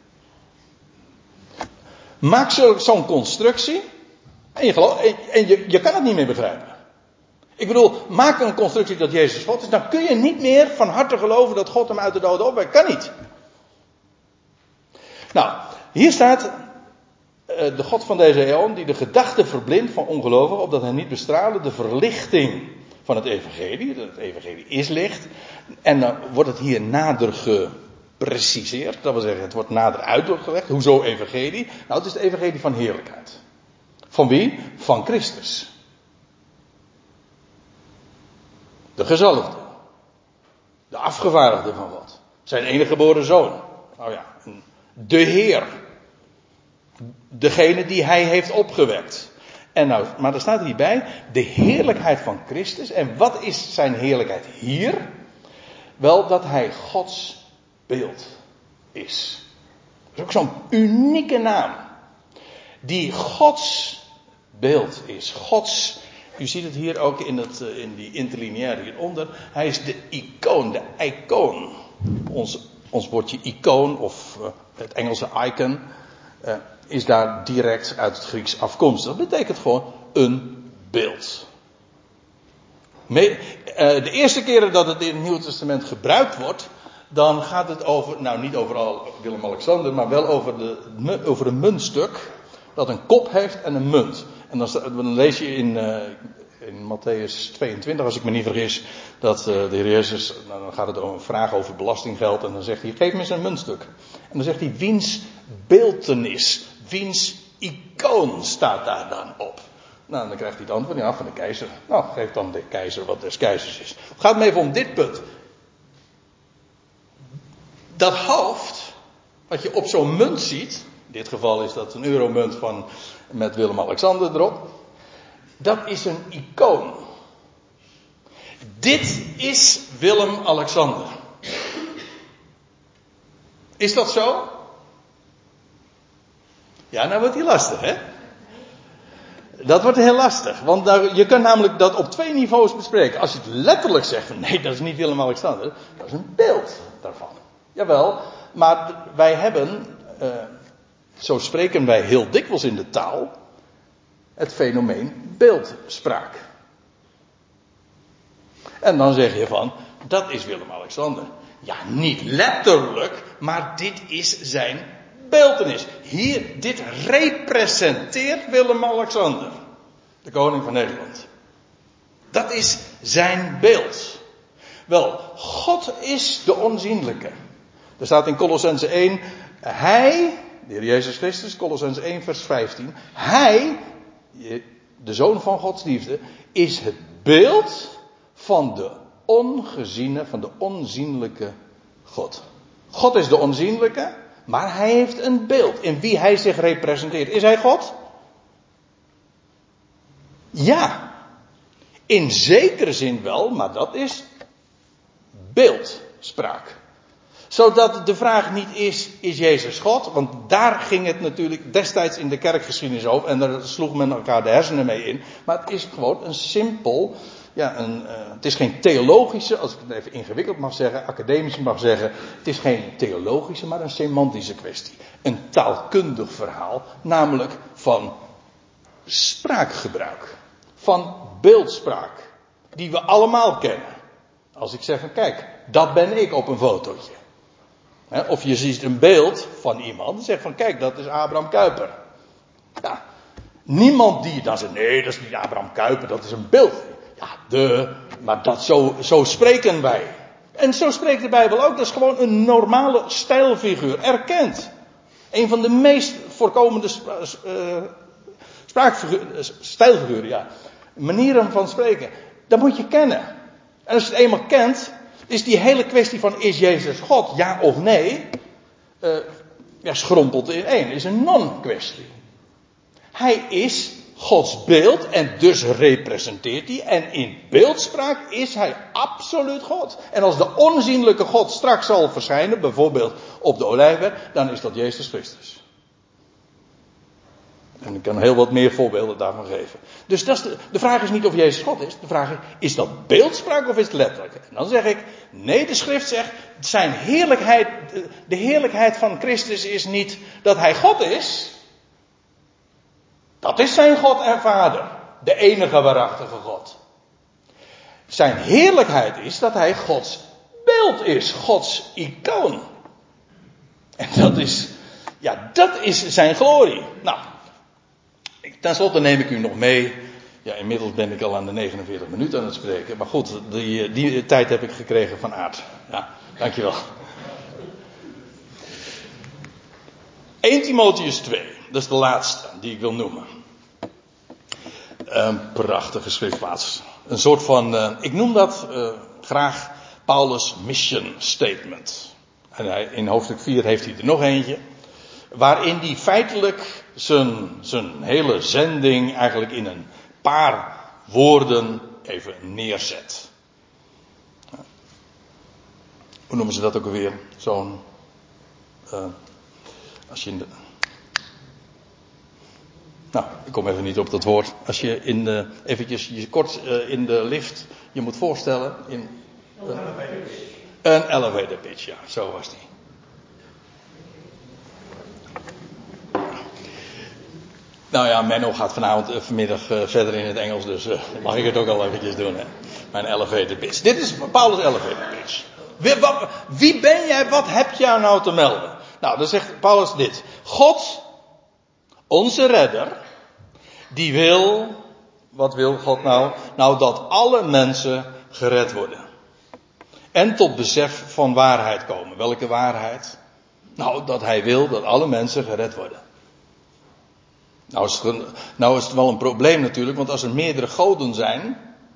Maak zo, zo'n constructie en, je, geloof, en, en je, je kan het niet meer begrijpen. Ik bedoel, maak een constructie dat Jezus God is, dan kun je niet meer van harte geloven dat God hem uit de doden opwekt. Kan niet. Nou, hier staat de God van deze eeuw, die de gedachten verblindt van ongelovigen, opdat hij niet bestralen de verlichting van het evangelie. Het evangelie is licht. En dan wordt het hier nader gepreciseerd. Dat wil zeggen, het wordt nader uitgelegd. Hoezo evangelie? Nou, het is het evangelie van heerlijkheid. Van wie? Van Christus. De gezalfde. De afgevaardigde van God. Zijn enige geboren zoon. Nou ja, de Heer. Degene die hij heeft opgewekt. En nou, maar er staat hierbij de heerlijkheid van Christus. En wat is zijn heerlijkheid hier? Wel dat hij Gods beeld is. Dat is ook zo'n unieke naam. Die Gods beeld is. Gods, u ziet het hier ook in, het, in die interlineair hieronder. Hij is de icoon, de icoon. Ons, ons woordje icoon of uh, het Engelse icon uh, is daar direct uit het Grieks afkomstig. Dat betekent gewoon een beeld. Me, uh, de eerste keren dat het in het Nieuwe Testament gebruikt wordt, dan gaat het over, nou niet overal Willem-Alexander, maar wel over, de, over een muntstuk dat een kop heeft en een munt. En dan, dan lees je in, uh, in Matthäus tweeëntwintig, als ik me niet vergis, dat uh, de Heer Jezus, nou, dan gaat het over een vraag over belastinggeld en dan zegt hij, geef me eens een muntstuk. En dan zegt hij, wiens beeltenis, wiens icoon staat daar dan op? Nou, dan krijgt hij het antwoord, ja, van de keizer. Nou, geef dan de keizer wat des keizers is. Het gaat me even om dit punt. Dat hoofd, wat je op zo'n munt ziet, in dit geval is dat een euromunt van, met Willem-Alexander erop, dat is een icoon. Dit is Willem-Alexander. Is dat zo? Ja, nou wordt hij lastig, hè? Dat wordt heel lastig, want daar, je kunt namelijk dat op twee niveaus bespreken. Als je het letterlijk zegt, van, nee, dat is niet Willem-Alexander, dat is een beeld daarvan. Jawel, maar wij hebben, uh, zo spreken wij heel dikwijls in de taal, het fenomeen beeldspraak. En dan zeg je van, dat is Willem-Alexander. Ja, niet letterlijk, maar dit is zijn beeltenis. Hier, dit representeert Willem-Alexander, de koning van Nederland. Dat is zijn beeld. Wel, God is de onzienlijke. Er staat in Kolossenzen één, hij, de Heer Jezus Christus, Kolossenzen één vers vijftien, hij, de Zoon van Gods liefde, is het beeld van de ongeziene, van de onzienlijke God. God is de onzienlijke, maar hij heeft een beeld in wie hij zich representeert. Is hij God? Ja. In zekere zin wel, maar dat is beeldspraak. Zodat de vraag niet is, is Jezus God? Want daar ging het natuurlijk destijds in de kerkgeschiedenis over. En daar sloeg men elkaar de hersenen mee in. Maar het is gewoon een simpel, ja, een, uh, het is geen theologische, als ik het even ingewikkeld mag zeggen, academisch mag zeggen. Het is geen theologische, maar een semantische kwestie. Een taalkundig verhaal, namelijk van spraakgebruik. Van beeldspraak. Die we allemaal kennen. Als ik zeg van kijk, dat ben ik op een fotootje. Of je ziet een beeld van iemand en zegt van kijk, dat is Abraham Kuyper. Ja, niemand die dan zegt nee, dat is niet Abraham Kuyper, dat is een beeld. Ja, de, maar dat zo, zo spreken wij. En zo spreekt de Bijbel ook, dat is gewoon een normale stijlfiguur, erkend. Een van de meest voorkomende spra- uh, spraakfiguren, stijlfiguren, ja. Manieren van spreken. Dat moet je kennen. En als je het eenmaal kent, is die hele kwestie van is Jezus God, ja of nee, uh, ja, schrompelt in één. Is een non-kwestie. Hij is Gods beeld en dus representeert hij. En in beeldspraak is hij absoluut God. En als de onzienlijke God straks zal verschijnen, bijvoorbeeld op de olijfberg, dan is dat Jezus Christus. En ik kan heel wat meer voorbeelden daarvan geven. Dus dat is de, de vraag is niet of Jezus God is. De vraag is, is dat beeldspraak of is het letterlijk? En dan zeg ik, nee, de schrift zegt, zijn heerlijkheid, de heerlijkheid van Christus is niet dat hij God is. Dat is zijn God en Vader. De enige waarachtige God. Zijn heerlijkheid is dat hij Gods beeld is. Gods icoon. En dat is, ja, dat is zijn glorie. Nou. Ten slotte neem ik u nog mee. Ja, inmiddels ben ik al aan de negenenveertig minuten aan het spreken. Maar goed, die, die tijd heb ik gekregen van Aard. Ja, dankjewel. Eerste Timotheüs twee. Dat is de laatste die ik wil noemen. Een prachtige schriftplaats. Een soort van, uh, ik noem dat uh, graag Paulus' mission statement. En hij, in hoofdstuk vier heeft hij er nog eentje. waarin hij feitelijk zijn, zijn hele zending eigenlijk in een paar woorden even neerzet. Hoe noemen ze dat ook alweer? Zo'n... Uh, als je in de... Nou, ik kom even niet op dat woord. Als je in de, eventjes je kort uh, in de lift je moet voorstellen. In, uh, een elevator pitch, ja, zo was die. Nou ja, Menno gaat vanavond, uh, vanmiddag uh, verder in het Engels, dus uh, mag ik het ook al eventjes doen, hè. Mijn elevator pitch. Dit is Paulus' elevator pitch. Wie, wat, wie ben jij, wat heb jij nou te melden? Nou, dan zegt Paulus dit. God, onze redder, die wil, wat wil God nou? Nou, dat alle mensen gered worden. En tot besef van waarheid komen. Welke waarheid? Nou, dat hij wil dat alle mensen gered worden. Nou is, het, nou is het wel een probleem natuurlijk, want als er meerdere goden zijn,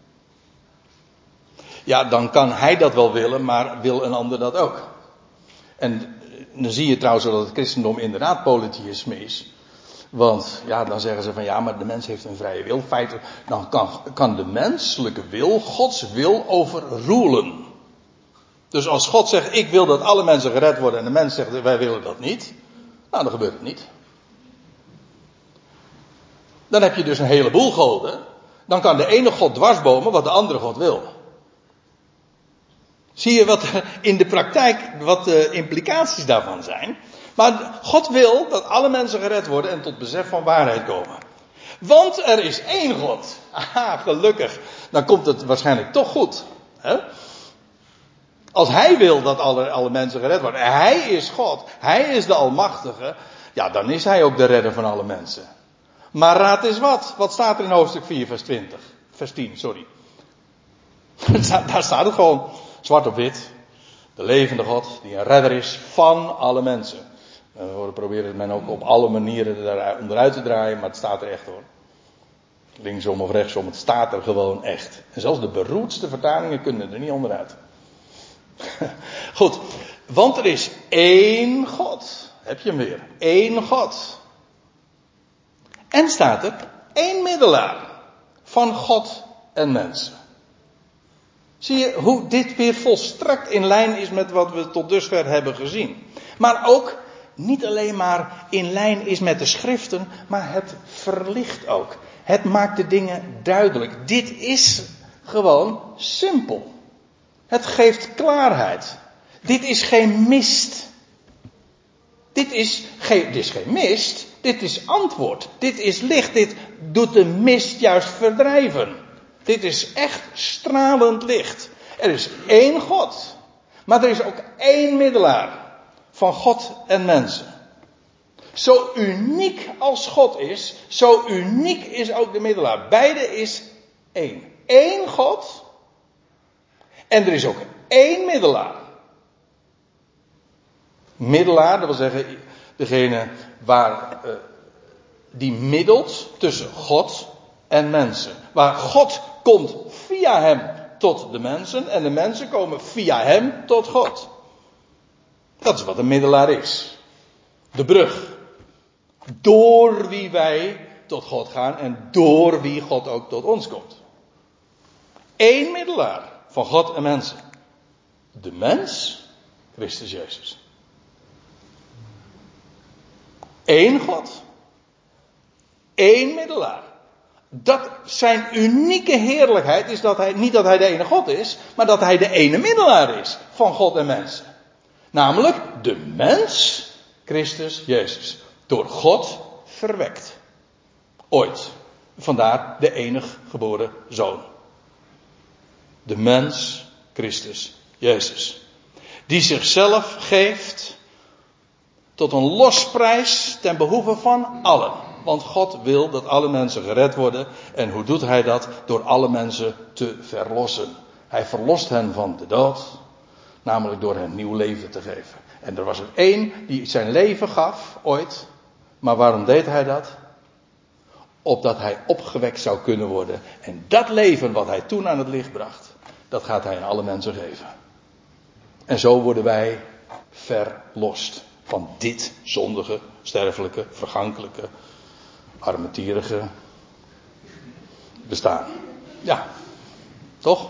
ja, dan kan hij dat wel willen, maar wil een ander dat ook. En dan zie je trouwens dat het christendom inderdaad polytheïsme is. Want ja, dan zeggen ze van ja, maar de mens heeft een vrije wil. Feitelijk, dan kan, kan de menselijke wil, Gods wil overroelen. Dus als God zegt, ik wil dat alle mensen gered worden en de mens zegt, wij willen dat niet. Nou, dan gebeurt het niet. Dan heb je dus een heleboel goden. Dan kan de ene God dwarsbomen wat de andere God wil. Zie je wat in de praktijk, wat de implicaties daarvan zijn. Maar God wil dat alle mensen gered worden en tot besef van waarheid komen. Want er is één God. Aha, gelukkig. Dan komt het waarschijnlijk toch goed. Hè? Als hij wil dat alle, alle mensen gered worden. Hij is God. Hij is de Almachtige. Ja, dan is hij ook de redder van alle mensen. Maar raad eens wat. Wat staat er in hoofdstuk vier vers twintig? Vers tien, sorry. Daar staat het gewoon. Zwart op wit. De levende God die een redder is van alle mensen. We proberen men ook op alle manieren onderuit te draaien. Maar het staat er echt hoor. Linksom of rechtsom. Het staat er gewoon echt. En zelfs de beroerdste vertalingen kunnen er niet onderuit. Goed. Want er is één God. Heb je hem weer. Eén God. En staat er één middelaar. Van God en mensen. Zie je hoe dit weer volstrekt in lijn is met wat we tot dusver hebben gezien. Maar ook niet alleen maar in lijn is met de schriften, maar het verlicht ook. Het maakt de dingen duidelijk. Dit is gewoon simpel. Het geeft klaarheid. Dit is geen mist. Dit is geen, dit is geen mist. Dit is antwoord. Dit is licht. Dit doet de mist juist verdrijven. Dit is echt stralend licht. Er is één God. Maar er is ook één middelaar. Van God en mensen. Zo uniek als God is. Zo uniek is ook de middelaar. Beide is één. Eén God. En er is ook één middelaar. Middelaar, dat wil zeggen degene waar, uh, die middelt tussen God en mensen. Waar God komt via hem tot de mensen en de mensen komen via hem tot God. Dat is wat een middelaar is. De brug. Door wie wij tot God gaan en door wie God ook tot ons komt. Eén middelaar van God en mensen. De mens, Christus Jezus. Eén God. Eén middelaar. Dat zijn unieke heerlijkheid is dat hij, niet dat hij de ene God is, maar dat hij de ene middelaar is van God en mensen. Namelijk de mens, Christus Jezus. Door God verwekt. Ooit. Vandaar de enig geboren zoon. De mens, Christus Jezus. Die zichzelf geeft tot een losprijs ten behoeve van allen. Want God wil dat alle mensen gered worden. En hoe doet hij dat? Door alle mensen te verlossen. Hij verlost hen van de dood. Namelijk door hen nieuw leven te geven. En er was er één die zijn leven gaf, ooit. Maar waarom deed hij dat? Opdat hij opgewekt zou kunnen worden. En dat leven wat hij toen aan het licht bracht, dat gaat hij aan alle mensen geven. En zo worden wij verlost. Van dit zondige, sterfelijke, vergankelijke, armetierige bestaan. Ja, toch?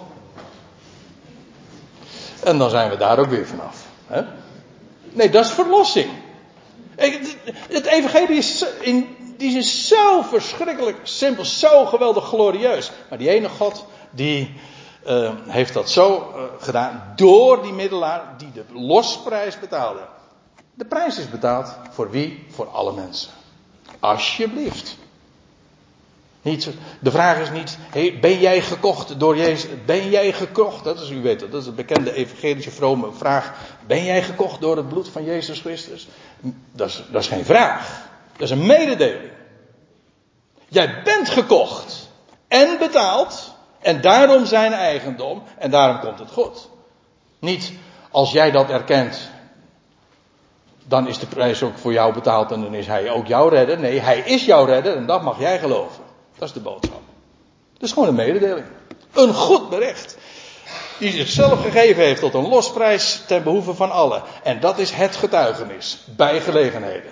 En dan zijn we daar ook weer vanaf. Hè? Nee, dat is verlossing. Het evangelie is in die zin zo verschrikkelijk simpel, zo geweldig glorieus. Maar die ene God, die uh, heeft dat zo uh, gedaan door die middelaar die de losprijs betaalde. De prijs is betaald voor wie? Voor alle mensen. Alsjeblieft. Niet, de vraag is niet, hey, ben jij gekocht door Jezus? Ben jij gekocht? Dat is, u weet het, dat is een bekende evangelische vrome vraag. Ben jij gekocht door het bloed van Jezus Christus? Dat is, dat is geen vraag. Dat is een mededeling. Jij bent gekocht en betaald en daarom zijn eigendom en daarom komt het goed. Niet als jij dat erkent, dan is de prijs ook voor jou betaald en dan is hij ook jouw redder. Nee, hij is jouw redder en dat mag jij geloven. Dat is de boodschap. Dat is gewoon een mededeling. Een goed bericht. Die zichzelf gegeven heeft tot een losprijs ten behoeve van allen. En dat is het getuigenis. Bij gelegenheden.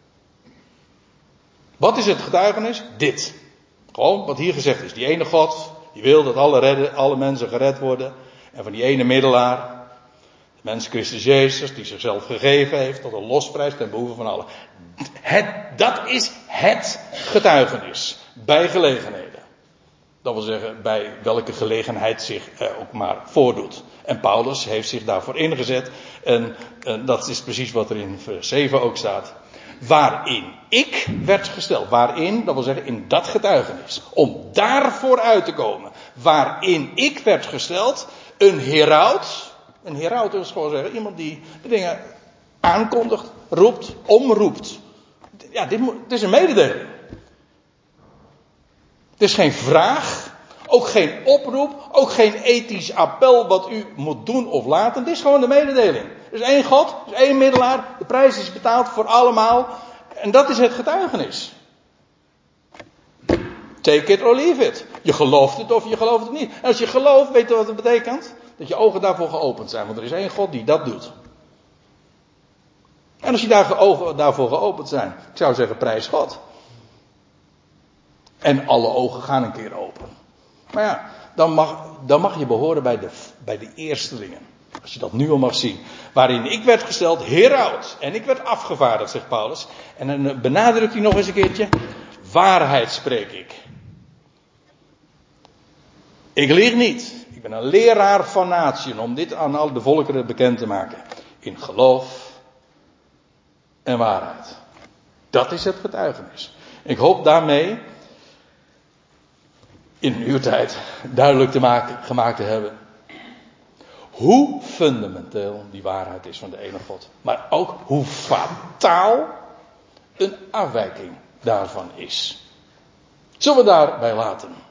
Wat is het getuigenis? Dit. Gewoon wat hier gezegd is. Die ene God. Die wil dat alle, redden, alle mensen gered worden. En van die ene middelaar. De mens Christus Jezus. Die zichzelf gegeven heeft tot een losprijs ten behoeve van allen. Het, dat is het getuigenis. Bij gelegenheden. Dat wil zeggen, bij welke gelegenheid zich eh, ook maar voordoet. En Paulus heeft zich daarvoor ingezet. En, en dat is precies wat er in vers zeven ook staat. Waarin ik werd gesteld. Waarin, dat wil zeggen, in dat getuigenis. Om daarvoor uit te komen. Waarin ik werd gesteld. Een heraut. Een heraut is gewoon zeggen, iemand die de dingen aankondigt, roept, omroept. Ja, dit moet, het is een mededeling. Het is geen vraag, ook geen oproep, ook geen ethisch appel wat u moet doen of laten. Het is gewoon de mededeling. Er is één God, er is één middelaar, de prijs is betaald voor allemaal. En dat is het getuigenis. Take it or leave it. Je gelooft het of je gelooft het niet. En als je gelooft, weet je wat het betekent? Dat je ogen daarvoor geopend zijn, want er is één God die dat doet. En als je daar ogen daarvoor geopend zijn, ik zou zeggen prijs God. En alle ogen gaan een keer open. Maar ja, dan mag, dan mag je behoren bij de, bij de eerstelingen. Als je dat nu al mag zien. Waarin ik werd gesteld, heraut. En ik werd afgevaardigd, zegt Paulus. En dan benadrukt hij nog eens een keertje. Waarheid spreek ik. Ik lieg niet. Ik ben een leraar van natieën. Om dit aan al de volkeren bekend te maken. In geloof en waarheid. Dat is het getuigenis. Ik hoop daarmee in een uurtijd duidelijk te maken, gemaakt te hebben hoe fundamenteel die waarheid is van de ene God. Maar ook hoe fataal een afwijking daarvan is. Zullen we daarbij laten?